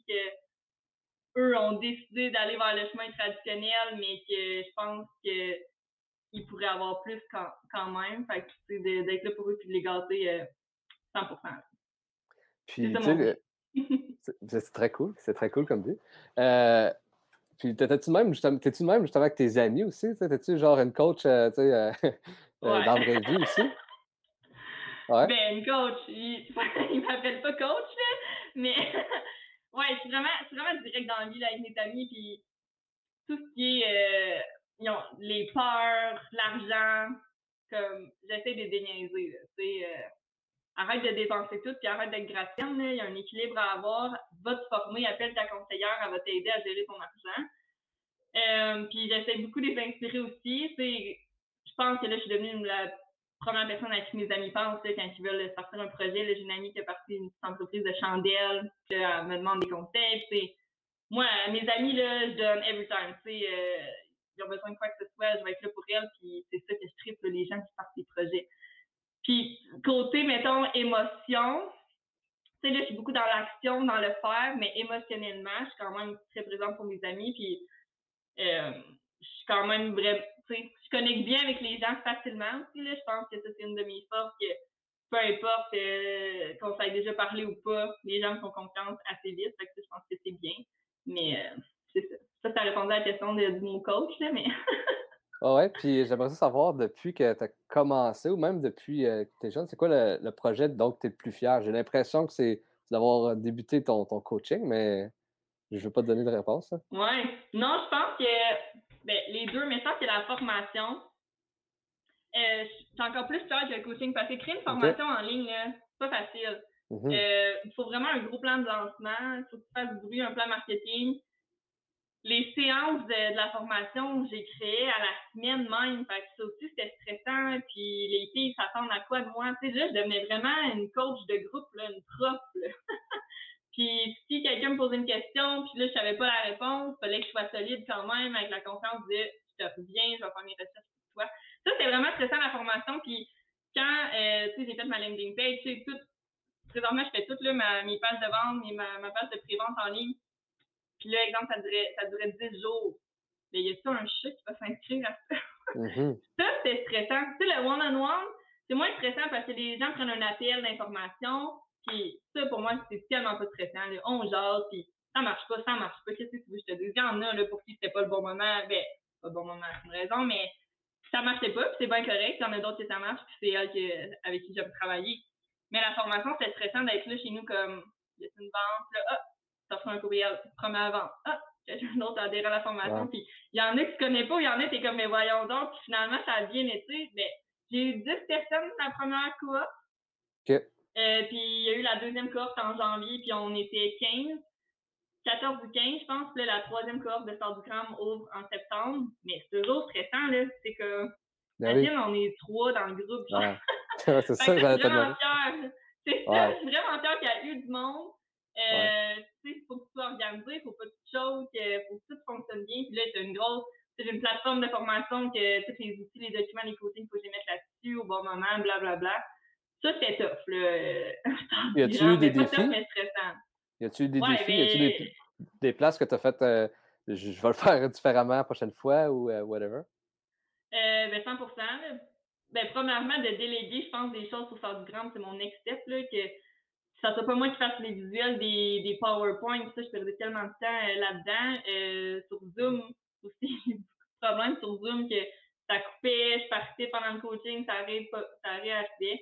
que eux ont décidé d'aller vers le chemin traditionnel, mais que je pense que ils pourraient avoir plus quand même. Fait que, tu sais, d'être là pour eux et de les gâter 100%. C'est
Puis,
ça
tu
mon but.
sais, c'est très cool comme but. Puis, t'es-tu de même justement avec tes amis aussi? T'es-tu genre une coach, tu sais,
Ouais.
dans la vraie vie aussi? Ouais?
Ben, une coach, il m'appelle pas coach, là, mais ouais, c'est vraiment direct dans la vie là, avec mes amis, puis tout ce qui est les peurs, l'argent, comme j'essaie de déniaiser, là, tu sais, arrête de dépenser tout, puis arrête d'être gratienne, là, il y a un équilibre à avoir, va te former, appelle ta conseillère, elle va t'aider à gérer ton argent. Puis j'essaie beaucoup de les inspirer aussi. Je pense que là, je suis devenue la première personne à qui mes amis pensent là, quand ils veulent sortir un projet. Là, j'ai une amie qui a parti une entreprise de chandelles. Puis là, elle me demande des conseils. Puis, moi, à mes amis, là, je donne every time. Ils ont besoin de quoi que ce soit, je vais être là pour elles. Puis c'est ça que je tripe, les gens qui partent des projets. Puis côté, mettons, émotion, tu sais, là, je suis beaucoup dans l'action, dans le faire, mais émotionnellement, je suis quand même très présente pour mes amis. Puis je suis quand même vraiment, tu sais, je connecte bien avec les gens facilement aussi, là. Je pense que ça, c'est une de mes forces, que peu importe qu'on s'ait déjà parlé ou pas, les gens me font confiance assez vite, fait que je pense que c'est bien. Mais c'est ça. Ça répondait à la question de mon coach, là, mais
Ouais, puis j'aimerais ça savoir depuis que tu as commencé ou même depuis que tu es jeune, c'est quoi le projet dont tu es le plus fier? J'ai l'impression que c'est d'avoir débuté ton coaching, mais je ne veux pas te donner de réponse, là.
ouais. Non, je pense que les deux, mais ça, c'est la formation. Je suis encore plus fière que le coaching parce que créer une
OK.
formation en ligne, là, c'est pas facile.
Mhm.
Il faut vraiment un gros plan de lancement, il faut que tu fasses du bruit, un plan marketing. Les séances de la formation, j'ai créé à la semaine même, fait que ça aussi c'était stressant, puis les filles s'attendent à quoi de moi? Tu sais, là, je devenais vraiment une coach de groupe, là, une prof, là. Puis si quelqu'un me posait une question, puis là, je savais pas la réponse, il fallait que je sois solide quand même, avec la confiance de je te reviens, je vais faire mes recherches pour toi. Ça, c'était vraiment stressant la formation, puis quand tu sais, j'ai fait ma landing page, tu sais, tout, présentement, je fais toutes là, mes pages de vente, ma page de pré-vente en ligne. Puis là, exemple, ça durait 10 jours. Mais y a-t-il un chat qui va s'inscrire à ça?
Mhm.
Ça, c'est stressant. Tu sais, le one-on-one, c'est moins stressant parce que les gens prennent un appel d'information. Puis ça, pour moi, c'est tellement pas stressant. Là. On jase, puis ça marche pas. Qu'est-ce que tu veux que je te dise? Il y en a là, pour qui c'était pas le bon moment. Ben, pas le bon moment, c'est une raison, mais ça marchait pas, puis c'est bien correct. Il y en a d'autres qui ça marche, puis c'est elle avec qui j'ai travaillé. Mais la formation, c'est stressant d'être là chez nous comme, il y a une vente, là, ça reçoit un courriel, première vente. Quelqu'un d'autre a adhéré à la formation.
Ouais.
Puis il y en a que tu connais pas, il y en a, t'es comme, mais voyons donc. Puis finalement, ça a bien été. Mais j'ai eu 10 personnes dans la première cohorte.
OK.
Puis il y a eu la deuxième cohorte en janvier, puis on était 15. 14 ou 15, je pense. Puis là, la troisième cohorte de Star du Cram ouvre en septembre. Mais c'est toujours stressant, là. C'est que,
Ben oui.
imagine, on est 3 dans le groupe. Genre.
Ouais. Ouais, c'est
Fait
ça
que
que
là, je
j'allais
suis
te
vraiment
demander.
fière. C'est ça,
Ouais.
je suis vraiment fière qu'il y a eu du monde.
Ouais.
Tu sais, il faut que tu sois organisé, il faut pas que tu choques, il faut que tout fonctionne bien. Puis là, tu as j'ai une plateforme de formation que tous les outils, les documents, les coachings, il faut que je les mette là-dessus au bon moment, blablabla. Ça, c'était tough, là.
Y a-tu eu des
Mais pas tough,
défis?
mais stressant.
Y a-tu eu des
Ouais,
défis? Y a-tu des places que tu as faites, je vais le faire différemment la prochaine fois ou whatever?
100%. Là. Premièrement, de déléguer, je pense, des choses pour faire du grand, c'est mon next step, là, que ça soit pas moi qui fasse les visuels des PowerPoint, ça, je perdais tellement de temps là-dedans. Sur Zoom aussi, j'ai beaucoup de problèmes sur Zoom que ça coupait, je partais pendant le coaching, ça réarrivait.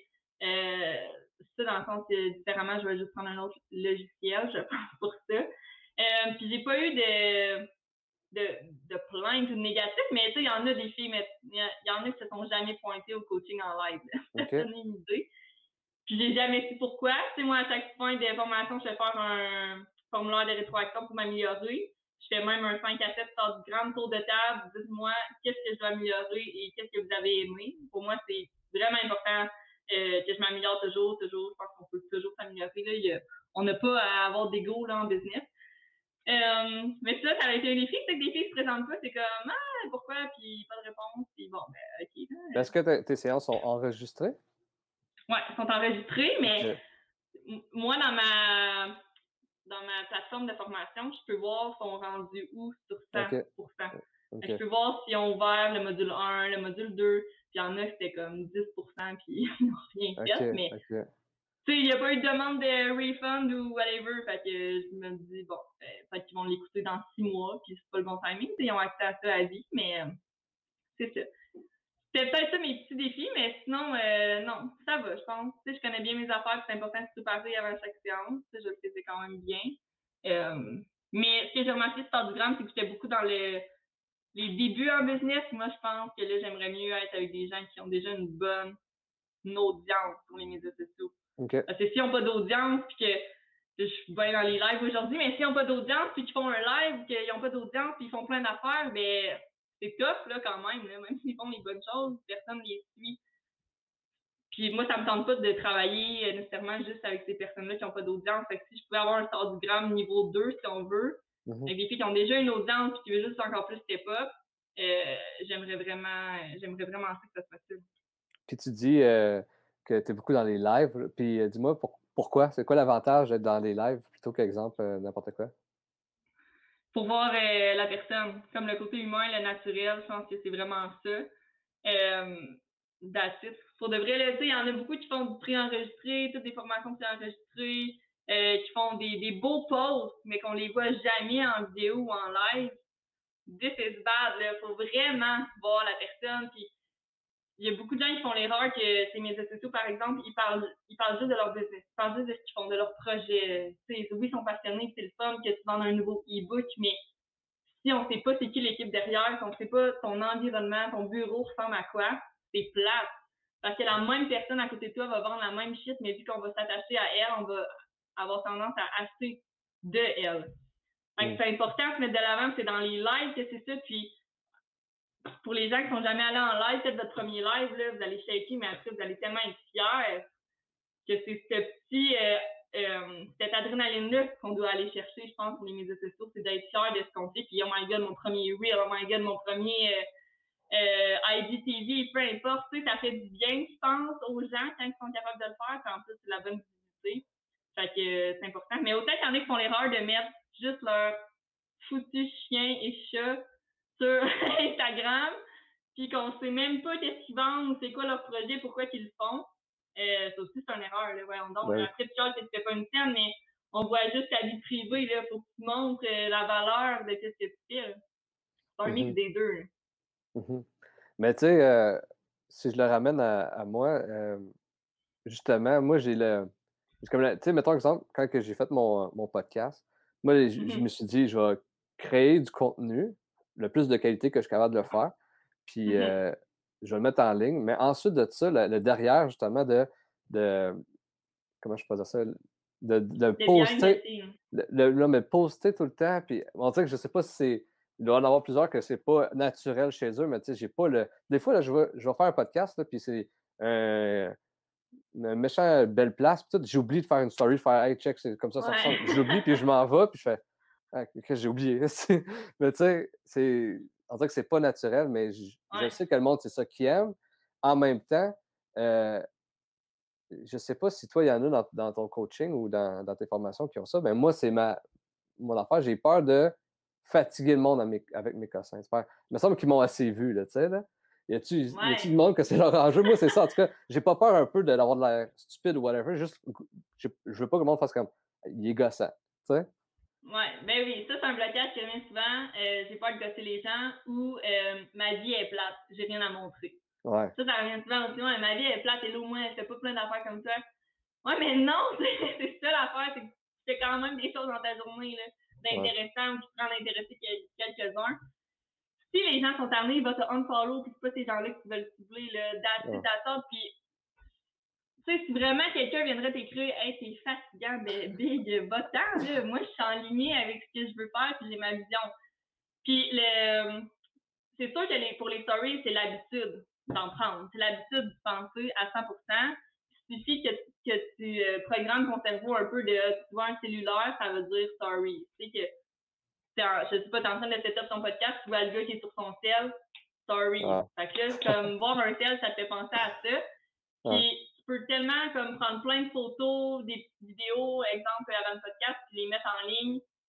Ça, dans le fond, c'est différemment, je vais juste prendre un autre logiciel, je pense, pour ça. Puis j'ai pas eu de plaintes ou de négatifs, mais tu sais, il y en a des filles, mais il y en a qui se sont jamais pointées au coaching en live. Ça
OK.
donne une idée. Puis j'ai jamais su pourquoi. Tu sais, moi, à chaque point de formation, je vais faire un formulaire de rétroaction pour m'améliorer. Je fais même un 5 à 7 sortes de grand tour de table. Dites-moi qu'est-ce que je dois améliorer et qu'est-ce que vous avez aimé. Pour moi, c'est vraiment important que je m'améliore toujours. Je pense qu'on peut toujours s'améliorer. Là. On n'a pas à avoir d'ego là, en business. Mais ça a été un défi. C'est que des filles se présentent pas. C'est comme, pourquoi? Puis pas de réponse. Puis bon, OK.
Est-ce que tes séances sont enregistrées?
Ouais, elles sont enregistrées, mais
OK.
moi, dans ma plateforme de formation, je peux voir son rendu où sur
OK.
100%.
OK.
Je peux voir s'ils ont ouvert le module 1, le module 2, puis il y en a qui c'était comme 10%, puis ils n'ont rien fait, mais
OK.
tu sais, il n'y a pas eu de demande de refund ou whatever, fait que je me dis, bon, peut-être qu'ils vont l'écouter dans 6 mois, puis c'est pas le bon timing, ils ont accès à ça à vie, mais c'est ça. C'était peut-être ça mes petits défis, mais sinon, non, ça va, je pense. Tu sais, je connais bien mes affaires, c'est important de tout passer avant chaque séance. Tu sais, je le faisais quand même bien. Mais ce que j'ai remarqué sur du gram, c'est que j'étais beaucoup dans les débuts en business. Moi, je pense que là, j'aimerais mieux être avec des gens qui ont déjà une bonne audience sur les médias sociaux.
OK.
Parce que s'ils n'ont pas d'audience, puis que je suis bien dans les lives aujourd'hui, mais s'ils n'ont pas d'audience, puis qu'ils font un live, qu'ils n'ont pas d'audience, puis ils font plein d'affaires, ben c'est tough là, quand même. Là. Même s'ils font les bonnes choses, personne ne les suit. Puis moi, ça me tente pas de travailler nécessairement juste avec ces personnes-là qui n'ont pas d'audience. Fait que si je pouvais avoir un star du gramme niveau 2, si on veut, avec des filles qui ont déjà une audience et qui veulent juste encore plus step up, j'aimerais vraiment ça que ça soit ça.
Puis tu dis que tu es beaucoup dans les lives. Puis dis-moi pourquoi? C'est quoi l'avantage d'être dans les lives plutôt qu'exemple n'importe quoi?
Pour voir la personne, comme le côté humain, le naturel, je pense que c'est vraiment ça. That's it. Pour de vrai, il y en a beaucoup qui font du préenregistré, toutes des formations préenregistrées, qui font des beaux posts, mais qu'on les voit jamais en vidéo ou en live. This is bad, là. Faut vraiment voir la personne. Puis il y a beaucoup de gens qui font l'erreur que ces médias sociaux, par exemple, ils parlent juste de leur business, ils parlent juste de ce qu'ils font, de leur projet. Oui, ils sont passionnés, c'est le fun que tu vendes un nouveau e-book, mais si on ne sait pas c'est qui l'équipe derrière, si on ne sait pas ton environnement, ton bureau ressemble à quoi, c'est plate. Parce que la même personne à côté de toi va vendre la même shit, mais vu qu'on va s'attacher à elle, on va avoir tendance à acheter de elle. C'est important de se mettre de l'avant, c'est dans les lives que c'est ça. Puis pour les gens qui sont jamais allés en live, peut-être votre premier live, là, vous allez shaker, mais après, vous allez tellement être fiers que c'est cette adrénaline-là qu'on doit aller chercher, je pense, sur les médias sociaux, c'est d'être fier de ce qu'on fait. Puis, oh my god, mon premier reel, oh my god, mon premier IGTV, peu importe, tu sais, ça fait du bien, je pense, aux gens quand ils sont capables de le faire. Puis en plus, c'est la bonne visibilité. Fait que c'est important. Mais autant qu'il y en a qui font l'erreur de mettre juste leur foutu chien et chat sur Instagram, puis qu'on sait même pas qu'est-ce qu'ils vendent, c'est quoi leur projet, pourquoi ils le font. Ça aussi, c'est une erreur. Là. Voyons donc.
Ben,
Après, tu vois que tu fais pas une scène, mais on voit juste ta vie privée. Il faut que tu montres la valeur de ce que tu fais. Là. C'est un mix des deux.
Mais tu sais, si je le ramène à moi, justement, moi, j'ai le. Tu sais, mettons exemple, quand j'ai fait mon podcast, moi, je me suis dit, je vais créer du contenu, le plus de qualité que je suis capable de le faire, puis je vais le mettre en ligne. Mais ensuite de ça, le derrière, justement, de comment je peux dire ça, de poster, mais poster tout le temps, puis on dirait que je sais pas si c'est, il doit y en avoir plusieurs que c'est pas naturel chez eux, mais tu sais, j'ai pas le, des fois, là, je vais faire un podcast, là, puis c'est une méchant belle place, puis tout, j'oublie de faire une story, de faire « Hey, check, c'est comme ça ressemble ». J'oublie, puis je m'en vais, puis je fais « Ah, que j'ai oublié ». Mais tu sais, on dirait que c'est pas naturel, mais je sais que le monde, c'est ça qu'ils aiment. En même temps, je sais pas si toi, il y en a dans ton coaching ou dans tes formations qui ont ça. Ben moi, c'est mon affaire. J'ai peur de fatiguer le monde avec mes cossins. Il me semble qu'ils m'ont assez vu, là, tu sais, là. Y a-tu du monde que c'est leur enjeu? Moi, c'est ça. En tout cas, j'ai pas peur un peu d'avoir de l'air stupide ou whatever. Juste, je veux pas que le monde fasse comme, il est gossant, tu sais?
Ouais, ben oui, ça, c'est un blocage qui revient souvent. J'ai peur de gosser les gens ou ma vie est plate, j'ai rien à montrer.
Ouais.
Ça revient souvent aussi. Ouais, ma vie est plate et là, au moins, elle fait pas plein d'affaires comme ça. Ouais, mais non, c'est ça l'affaire, c'est que tu fais quand même des choses dans ta journée là, d'intéressant ou qui te rendent intéresser quelques-uns. Si les gens sont tannés, ils vont te unfollow, puis c'est pas ces gens-là qui veulent cibler, là, d'attente, puis tu sais, si vraiment quelqu'un viendrait t'écrire « Hey, c'est fatigant, big, va-t'en, là. Moi, je suis en ligne avec ce que je veux faire, puis j'ai ma vision. » Puis, c'est sûr que pour les stories, c'est l'habitude d'en prendre. C'est l'habitude de penser à 100%. Il suffit que tu programmes ton cerveau un peu de tu vois un cellulaire, ça veut dire story. Tu sais que, je sais pas, t'es en train de setup ton podcast, tu vois le gars qui est sur son cell, story. Fait que là, comme voir un cell, ça te fait penser à ça. Puis, tu peux tellement comme prendre plein de photos, des vidéos, exemple, avant le podcast, puis les mettre en ligne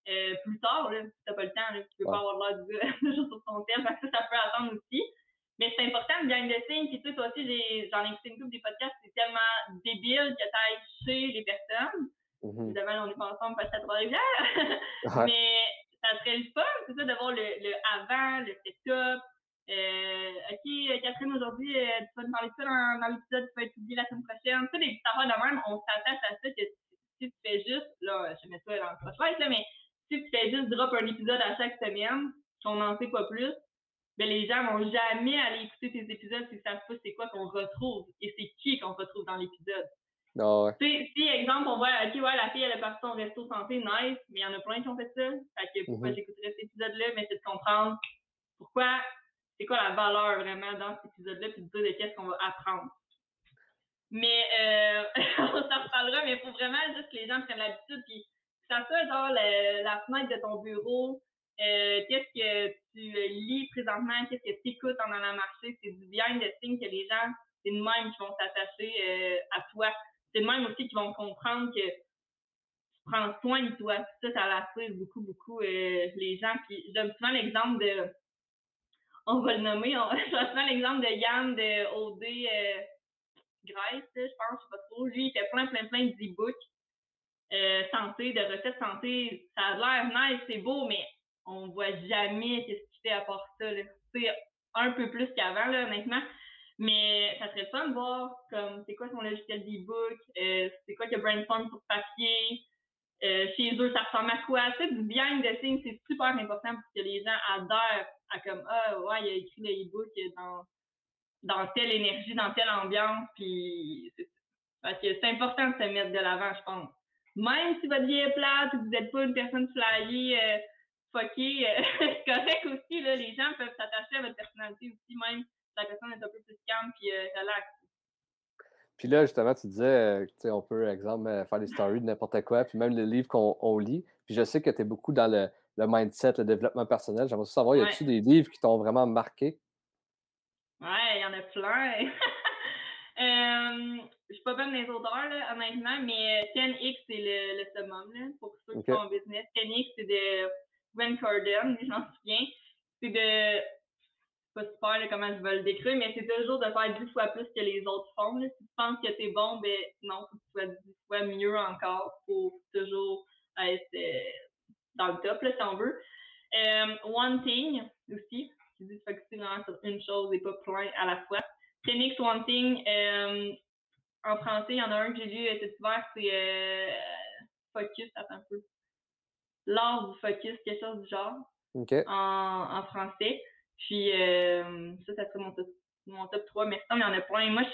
plus tard, là, si t'as pas le temps, là, tu peux pas
Ouais.
avoir l'air du gars toujours sur ton tel, parce que ça peut attendre aussi. Mais c'est important le behind the scenes, puis tu sais, toi aussi, j'en ai écouté une couple des podcasts, c'est tellement débile que t'ailles chez les personnes.
Mhm.
Évidemment, là, on n'est pas ensemble parce que ça Trois-Rivières,
Ouais.
mais ça serait le fun, c'est ça, de voir le avant, le setup. OK, Catherine, aujourd'hui, tu vas nous parler de ça dans l'épisode qui va être publié la semaine prochaine. Tu sais, des petites affaires de même, on s'attache à ça que si tu fais juste, là, je mets ça dans le spotlight, là, mais si tu fais juste drop un épisode à chaque semaine, qu'on n'en sait pas plus, ben les gens vont jamais aller écouter tes épisodes s'ils savent pas c'est quoi qu'on retrouve et c'est qui qu'on retrouve dans l'épisode.
Ah ouais.
Si, exemple, on voit, OK, ouais, la fille, elle est partie au resto santé, nice, mais il y en a plein qui ont fait ça. Fait que pourquoi j'écouterais cet épisode-là, mais c'est de comprendre pourquoi, c'est quoi la valeur vraiment dans cet épisode-là, puis de dire de qu'est-ce qu'on va apprendre. Mais on s'en reparlera, mais il faut vraiment juste que les gens prennent l'habitude, puis que ça soit genre la fenêtre de ton bureau, qu'est-ce que tu lis présentement, qu'est-ce que tu écoutes en allant marcher, c'est du behind the scenes que les gens, c'est de même qui vont s'attacher à toi. C'est de même aussi qu'ils vont comprendre que tu prends soin de toi. Ça l'attire beaucoup les gens. Puis je donne souvent l'exemple de, on va le nommer, je donne souvent l'exemple de Yann de OD Grèce, je pense, je sais pas trop. Lui, il fait plein d'e-books santé, de recettes santé. Ça a l'air nice, c'est beau, mais on voit jamais qu'est-ce qu'il fait à part ça. C'est un peu plus qu'avant, là, honnêtement. Mais ça serait le fun de voir comme c'est quoi son logiciel d'e-book, c'est quoi que Brainstorm sur papier, chez eux, ça ressemble à quoi? Tu sais, du behind the scenes, c'est super important pour que les gens adhèrent à comme ah ouais, il a écrit le e-book dans telle énergie, dans telle ambiance, puis parce que c'est important de se mettre de l'avant, je pense. Même si votre vie est plate ou que vous n'êtes pas une personne flyée, fuckée, c'est correct aussi, là, les gens peuvent s'attacher à votre personnalité aussi, même si la personne est un peu plus calme puis relax.
Puis là, justement, tu disais, tu sais, on peut, exemple, faire des stories de n'importe quoi, puis même le livre qu'on lit. Puis je sais que tu es beaucoup dans le mindset, le développement personnel. J'aimerais savoir, y a-tu des livres qui t'ont vraiment marqué?
Ouais, il y en a plein. Je suis pas bonne des auteurs, là, honnêtement, mais 10X, c'est le summum, là, pour ceux qui sont en business. 10X, c'est de Gwen Cardone, j'en souviens. C'est de, pas super là, comment je vais le décrire, mais c'est toujours de faire 10 fois plus que les autres font. Là. Si tu penses que t'es bon, ben non, faut que tu sois 10 fois mieux encore pour toujours être dans le top, là, si on veut. One Thing aussi, qui dit de focuser vraiment sur une chose et pas plein à la fois. 10X One Thing, en français, il y en a un que j'ai lu cet hiver, c'est Focus, attends un peu. L'art du focus, quelque chose du genre, en français. Puis ça serait mon top 3. Mais sinon, il y en a plein. Moi,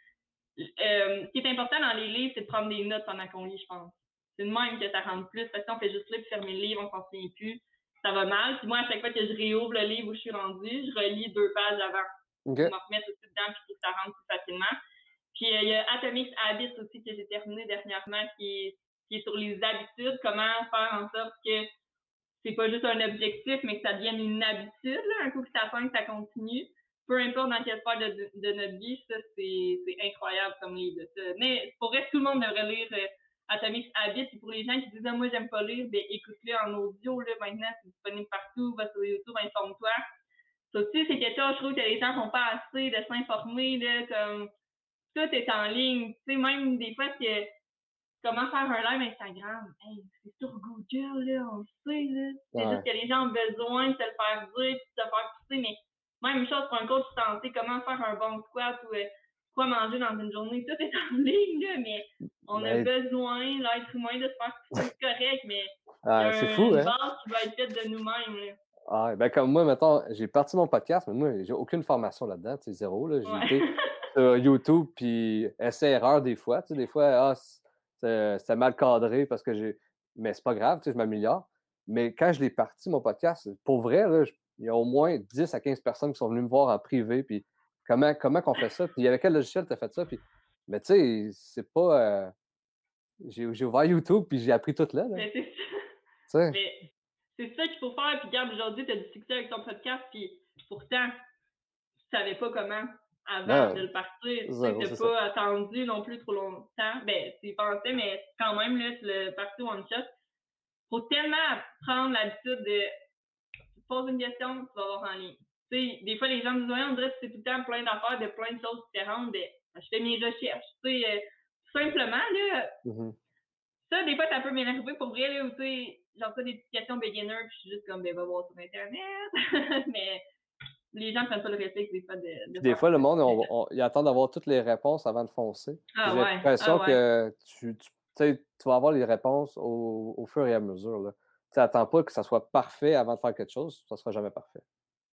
ce qui est important dans les livres, c'est de prendre des notes pendant qu'on lit, je pense. C'est de même que ça rentre plus. Parce qu'on fait juste lire puis fermer le livre, on s'en souvient plus. Ça va mal. Puis moi, à chaque fois que je réouvre le livre où je suis rendue, je relis 2 pages avant. Pour me remettre aussi dedans puis pour que ça rentre plus facilement. Puis il y a Atomic Habits aussi que j'ai terminé dernièrement qui est sur les habitudes, comment faire en sorte que c'est pas juste un objectif, mais que ça devienne une habitude, là, un coup que ça atteint, que ça continue. Peu importe dans quelle sphère de notre vie, ça, c'est incroyable comme livre. Ça. Mais pour vrai, tout le monde devrait lire Atomic Habits. Et pour les gens qui disent moi, j'aime pas lire, ben écoute-le en audio. Là, maintenant, c'est disponible partout. Va sur YouTube, informe-toi. Ça aussi, c'est quelque chose, je trouve que les gens font pas assez de s'informer. Là, comme tout est en ligne. Tu sais, même des fois, que comment faire un live Instagram? Hey, c'est sur Google, là, on le sait, là. C'est juste que les gens ont besoin de se le faire dire, de se faire pousser, mais même chose pour un coach santé, comment faire un bon squat ou quoi manger dans une journée, tout est en ligne, là, mais on a besoin, l'être humain, de se faire pousser, c'est correct, mais
c'est fou,
une base qui va être faite de nous-mêmes, là.
Ah, ben comme moi, mettons, j'ai parti mon podcast, mais moi, j'ai aucune formation là-dedans, tu sais, zéro, là. J'ai été sur YouTube, puis essai-erreur des fois, tu sais, des fois, c'est mal cadré parce que j'ai... Mais c'est pas grave, tu sais, je m'améliore. Mais quand je l'ai parti, mon podcast, pour vrai, là, il y a au moins 10 à 15 personnes qui sont venues me voir en privé, puis comment qu'on fait ça? Puis avec quel logiciel tu as fait ça? Puis... Mais tu sais, c'est pas... J'ai ouvert YouTube, puis j'ai appris tout là.
Mais c'est ça. Mais c'est ça qu'il faut faire. Puis regarde, aujourd'hui, tu as du succès avec ton podcast, puis pourtant, tu savais pas comment avant de le partir. Tu n'as pas attendu non plus trop longtemps. Ben, tu y pensais, mais quand même, là, tu l'as parti one shot. faut tellement prendre l'habitude de tu te poses une question, tu vas voir en ligne. Tu sais, des fois, les gens me disent, on dirait que c'est tout le temps plein d'affaires, de plein de choses différentes. Je fais mes recherches. Tu sais, tout simplement, là, ça, des fois, ça peut m'énerver pour vrai, là, où, tu sais, genre, ça, des petites questions beginner, puis je suis juste comme, ben, va voir sur Internet. Mais les gens prennent pas le réflexe, des fois, de
Puis des
faire
fois, le
ça.
monde, il attend d'avoir toutes les réponses avant de foncer. Puis
Ah
j'ai
ouais, ah
l'impression
ouais.
que tu sais, tu vas avoir les réponses au fur et à mesure, là. Tu attends pas que ça soit parfait avant de faire quelque chose, ça sera jamais parfait.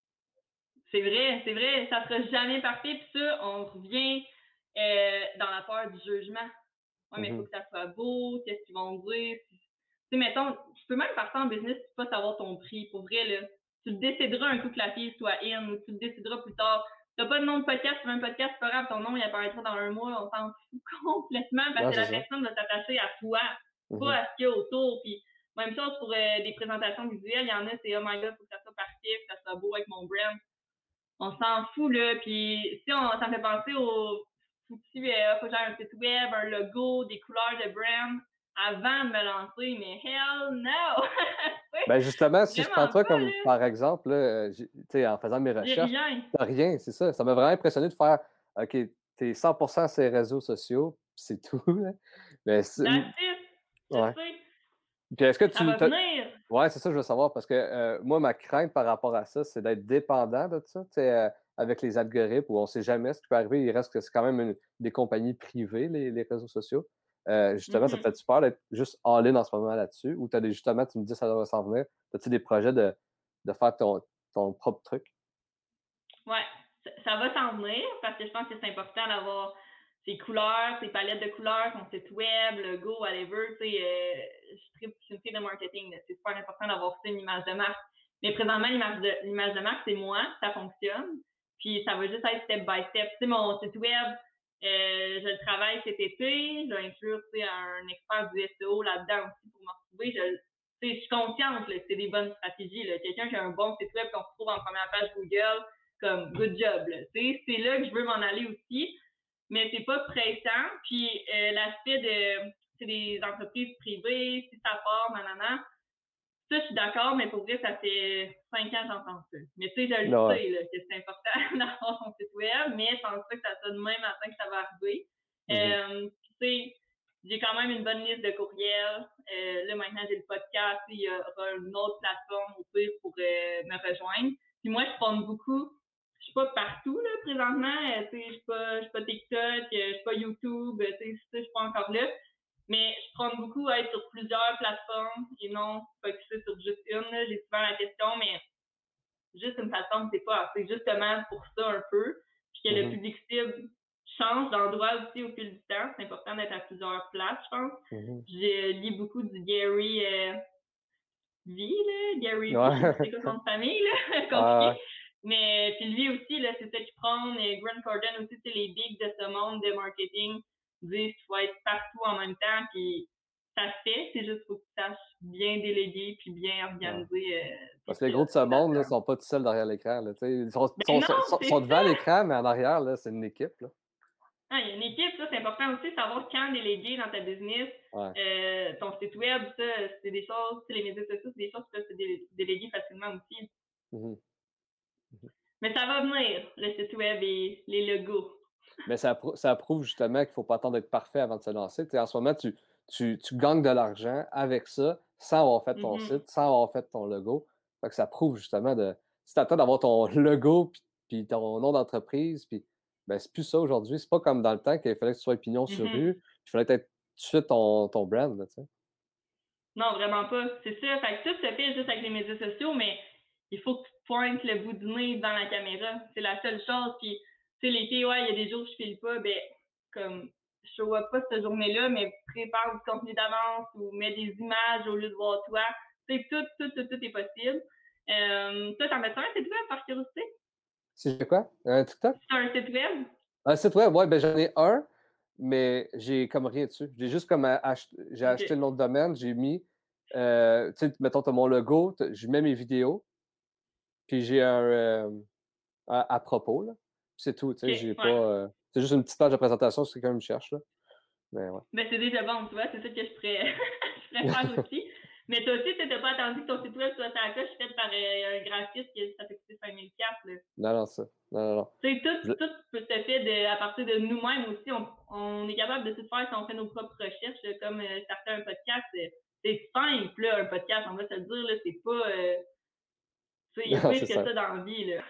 C'est vrai, ça sera jamais parfait. Puis ça, on revient dans la peur du jugement. Ouais, mais il faut que ça soit beau, qu'est-ce qu'ils vont dire. Tu sais, mettons, tu peux même partir en business et pas savoir ton prix. Pour vrai, là, tu le décideras un coup que la fille soit in ou tu le décideras plus tard. T'as pas de nom de podcast, tu veux un podcast, c'est pas grave, ton nom il apparaîtra dans un mois, on s'en fout complètement parce
Ouais,
que
c'est
la
ça.
personne va s'attacher à toi, pas à ce qu'il y a autour. Puis même chose pour des présentations visuelles, il y en a, c'est oh my god, faut que ça soit parfait, que ça soit beau avec mon brand. On s'en fout, là. Puis, si ça me fait penser au foutu, faut que j'ai un site web, un logo, des couleurs de brand avant de me lancer, mais hell no!
Ben justement, si je prends
Vraiment
toi
pas,
comme
là.
par exemple, là, tu sais, en faisant mes
J'ai
recherches,
rien.
t'as rien, c'est ça. Ça m'a vraiment impressionné de faire OK, t'es 100% sur les réseaux sociaux, puis c'est tout, là. Mais
That's it. Je
ouais.
sais.
Puis est-ce que
Ça va venir.
ouais, c'est ça, je veux savoir, parce que moi, ma crainte par rapport à ça, c'est d'être dépendant de ça, tu sais, avec les algorithmes, où on ne sait jamais ce qui peut arriver. Il reste que c'est quand même des compagnies privées, les réseaux sociaux. Justement, ça te fait peur d'être juste all-in en ce moment là-dessus, ou justement, tu me dis ça va s'en venir. As-tu des projets de faire ton propre truc?
Ouais, ça va s'en venir parce que je pense que c'est important d'avoir ses couleurs, ses palettes de couleurs, son site web, logo, whatever. Tu sais, je suis une fille de marketing. C'est super important d'avoir ça, une image de marque. Mais présentement, l'image de marque, c'est moi, ça fonctionne. Puis ça va juste être step by step. Tu sais, mon site web, je le travaille cet été. Je vais inclure un expert du SEO là-dedans aussi pour me retrouver. Je suis consciente là, que c'est des bonnes stratégies. Quelqu'un qui a un bon site web qu'on retrouve en première page Google, comme good job. C'est là que je veux m'en aller aussi, mais c'est pas pressant. Puis l'aspect de c'est des entreprises privées, si ça part, nanana, ça, je suis d'accord, mais pour vrai, ça fait 5 ans que j'entends ça. Mais tu sais, je le
Ouais.
sais là, que c'est important d'avoir son site web, mais je pense pas que ça soit demain matin que ça va arriver. Tu sais, j'ai quand même une bonne liste de courriels. Là, maintenant, j'ai le podcast. Il y aura une autre plateforme au pire pour me rejoindre. Puis moi, je prends beaucoup. Je suis pas partout, là, présentement. Tu sais, je suis pas TikTok, je suis pas YouTube. Tu sais, je suis pas encore là. Mais je prends beaucoup à être sur plusieurs plateformes et non focusé sur juste une. Là. J'ai souvent la question, mais juste une plateforme, c'est pas assez. Justement pour ça un peu. Puis que le public cible change d'endroit aussi au fil du temps. C'est important d'être à plusieurs places, je pense. Je lis beaucoup du Gary V, là. Gary V, je sais pas c'est quoi son famille, là. Compliqué. Mais puis lui aussi, là, c'est ça qu'il prend. Grant Cardone aussi, c'est les bigs de ce monde de marketing disent qu'il faut être partout en même temps, puis ça se fait, c'est juste qu'il faut que tu saches bien déléguer puis bien organiser.
Parce que les gros de ce monde ne sont pas tout seuls derrière l'écran. Là, ils sont,
Ben non,
sont devant l'écran, mais en arrière, là, c'est une équipe. Là.
Ah, il y a une équipe, ça, c'est important aussi de savoir quand déléguer dans ta business. Ton site web, ça, c'est des choses, les médias sociaux, c'est des choses qui peuvent se déléguer facilement aussi. Mais ça va venir, le site web et les logos.
Mais ça prouve justement qu'il ne faut pas attendre d'être parfait avant de se lancer. T'sais, en ce moment, tu gagnes de l'argent avec ça, sans avoir fait ton site, sans avoir fait ton logo. Fait que ça prouve justement si tu attends d'avoir ton logo puis ton nom d'entreprise, puis ben, c'est plus ça aujourd'hui. C'est pas comme dans le temps qu'il fallait que tu sois pignon sur rue, puis il fallait être tout de suite ton brand. Là,
non, vraiment pas. C'est ça. Fait que tout se fait juste avec les médias sociaux, mais il faut que tu pointes le bout du nez dans la caméra. C'est la seule chose. Puis, tu sais, l'été, ouais, il y a des jours où je file pas, ben, comme, je show up pas cette journée-là, mais prépare du contenu d'avance ou mets des images au lieu de voir toi. Tu sais, tout est possible. Toi, t'en as un site web par curiosité?
Si j'ai quoi? Un TikTok?
C'est un site web?
Un site web, ouais, ben j'en ai un, mais j'ai comme rien dessus. J'ai juste comme acheté le nom de domaine, j'ai mis, tu sais, mettons, tu as mon logo, je mets mes vidéos, puis j'ai un à propos, là. C'est tout, tu sais, j'ai pas. C'est juste une petite page de présentation si quelqu'un me cherche, là. Mais ouais.
Ben, c'est déjà bon, tu vois, c'est ça que je ferais, je ferais faire aussi. Mais toi aussi, tu n'as pas attendu que ton site web soit à la coche fait par un graphiste qui ça fait coûter 5 000 $.
Non, ça. Non.
Tu sais, tout peut se fait à partir de nous-mêmes aussi. On est capable de tout faire si on fait nos propres recherches, comme certains podcasts. C'est simple, là, un podcast, on va se le dire, là, c'est pas... il y a
Non,
plus
c'est
que
ça.
ça dans la vie, là.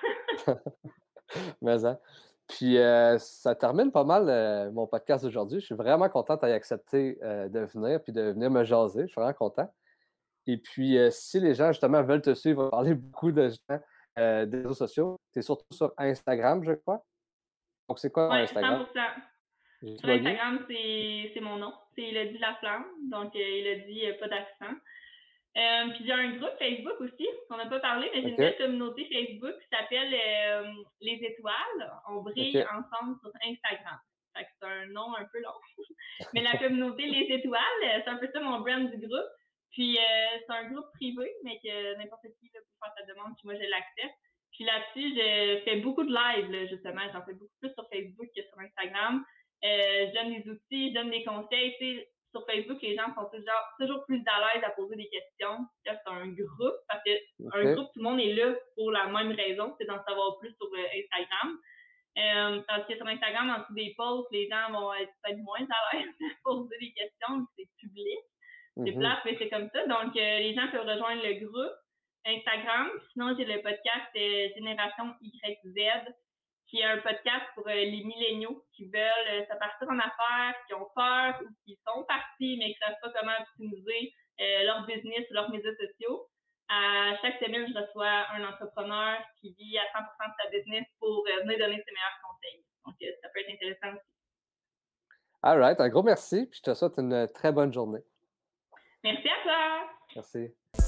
Mais hein. Puis ça termine pas mal mon podcast d'aujourd'hui. Je suis vraiment content que tu aies accepté de venir puis de venir me jaser. Je suis vraiment content. Et puis, si les gens, justement, veulent te suivre, on va parler beaucoup de gens des réseaux sociaux. Tu es surtout sur Instagram, je crois. Donc, c'est quoi
Oui,
Instagram?
100%.
J'ai-tu
Sur
bugué?
Instagram, c'est mon nom. C'est Élodie Laflamme. Donc, Élodie, pas d'accent. Puis j'ai un groupe Facebook aussi, on n'a pas parlé, mais j'ai une belle communauté Facebook qui s'appelle Les Étoiles. On brille ensemble sur Instagram. Fait que c'est un nom un peu long. Mais la communauté Les Étoiles, c'est un peu ça mon brand du groupe. Puis c'est un groupe privé, mais que n'importe qui là, peut faire sa demande, puis moi je l'accepte. Puis là-dessus, je fais beaucoup de live, là, justement. J'en fais beaucoup plus sur Facebook que sur Instagram. Je donne des outils, je donne des conseils. T'sais, sur Facebook, les gens sont toujours plus à l'aise à poser des questions. Là, c'est un groupe, parce qu'un groupe, tout le monde est là pour la même raison, c'est d'en savoir plus sur Instagram. Parce que sur Instagram, en dessous des posts, les gens vont être peut-être moins à l'aise à poser des questions, c'est public. C'est plate, mais c'est comme ça. Donc, les gens peuvent rejoindre le groupe Instagram. Sinon, j'ai le podcast Génération YZ, qui est un podcast pour les milléniaux qui veulent se partir en affaires, qui ont peur ou qui sont partis, mais qui ne savent pas comment optimiser leur business ou leurs médias sociaux. À chaque semaine, je reçois un entrepreneur qui vit à 100% de sa business pour venir donner ses meilleurs conseils. Donc, ça peut être intéressant aussi.
All right, un gros merci, puis je te souhaite une très bonne journée.
Merci à toi!
Merci.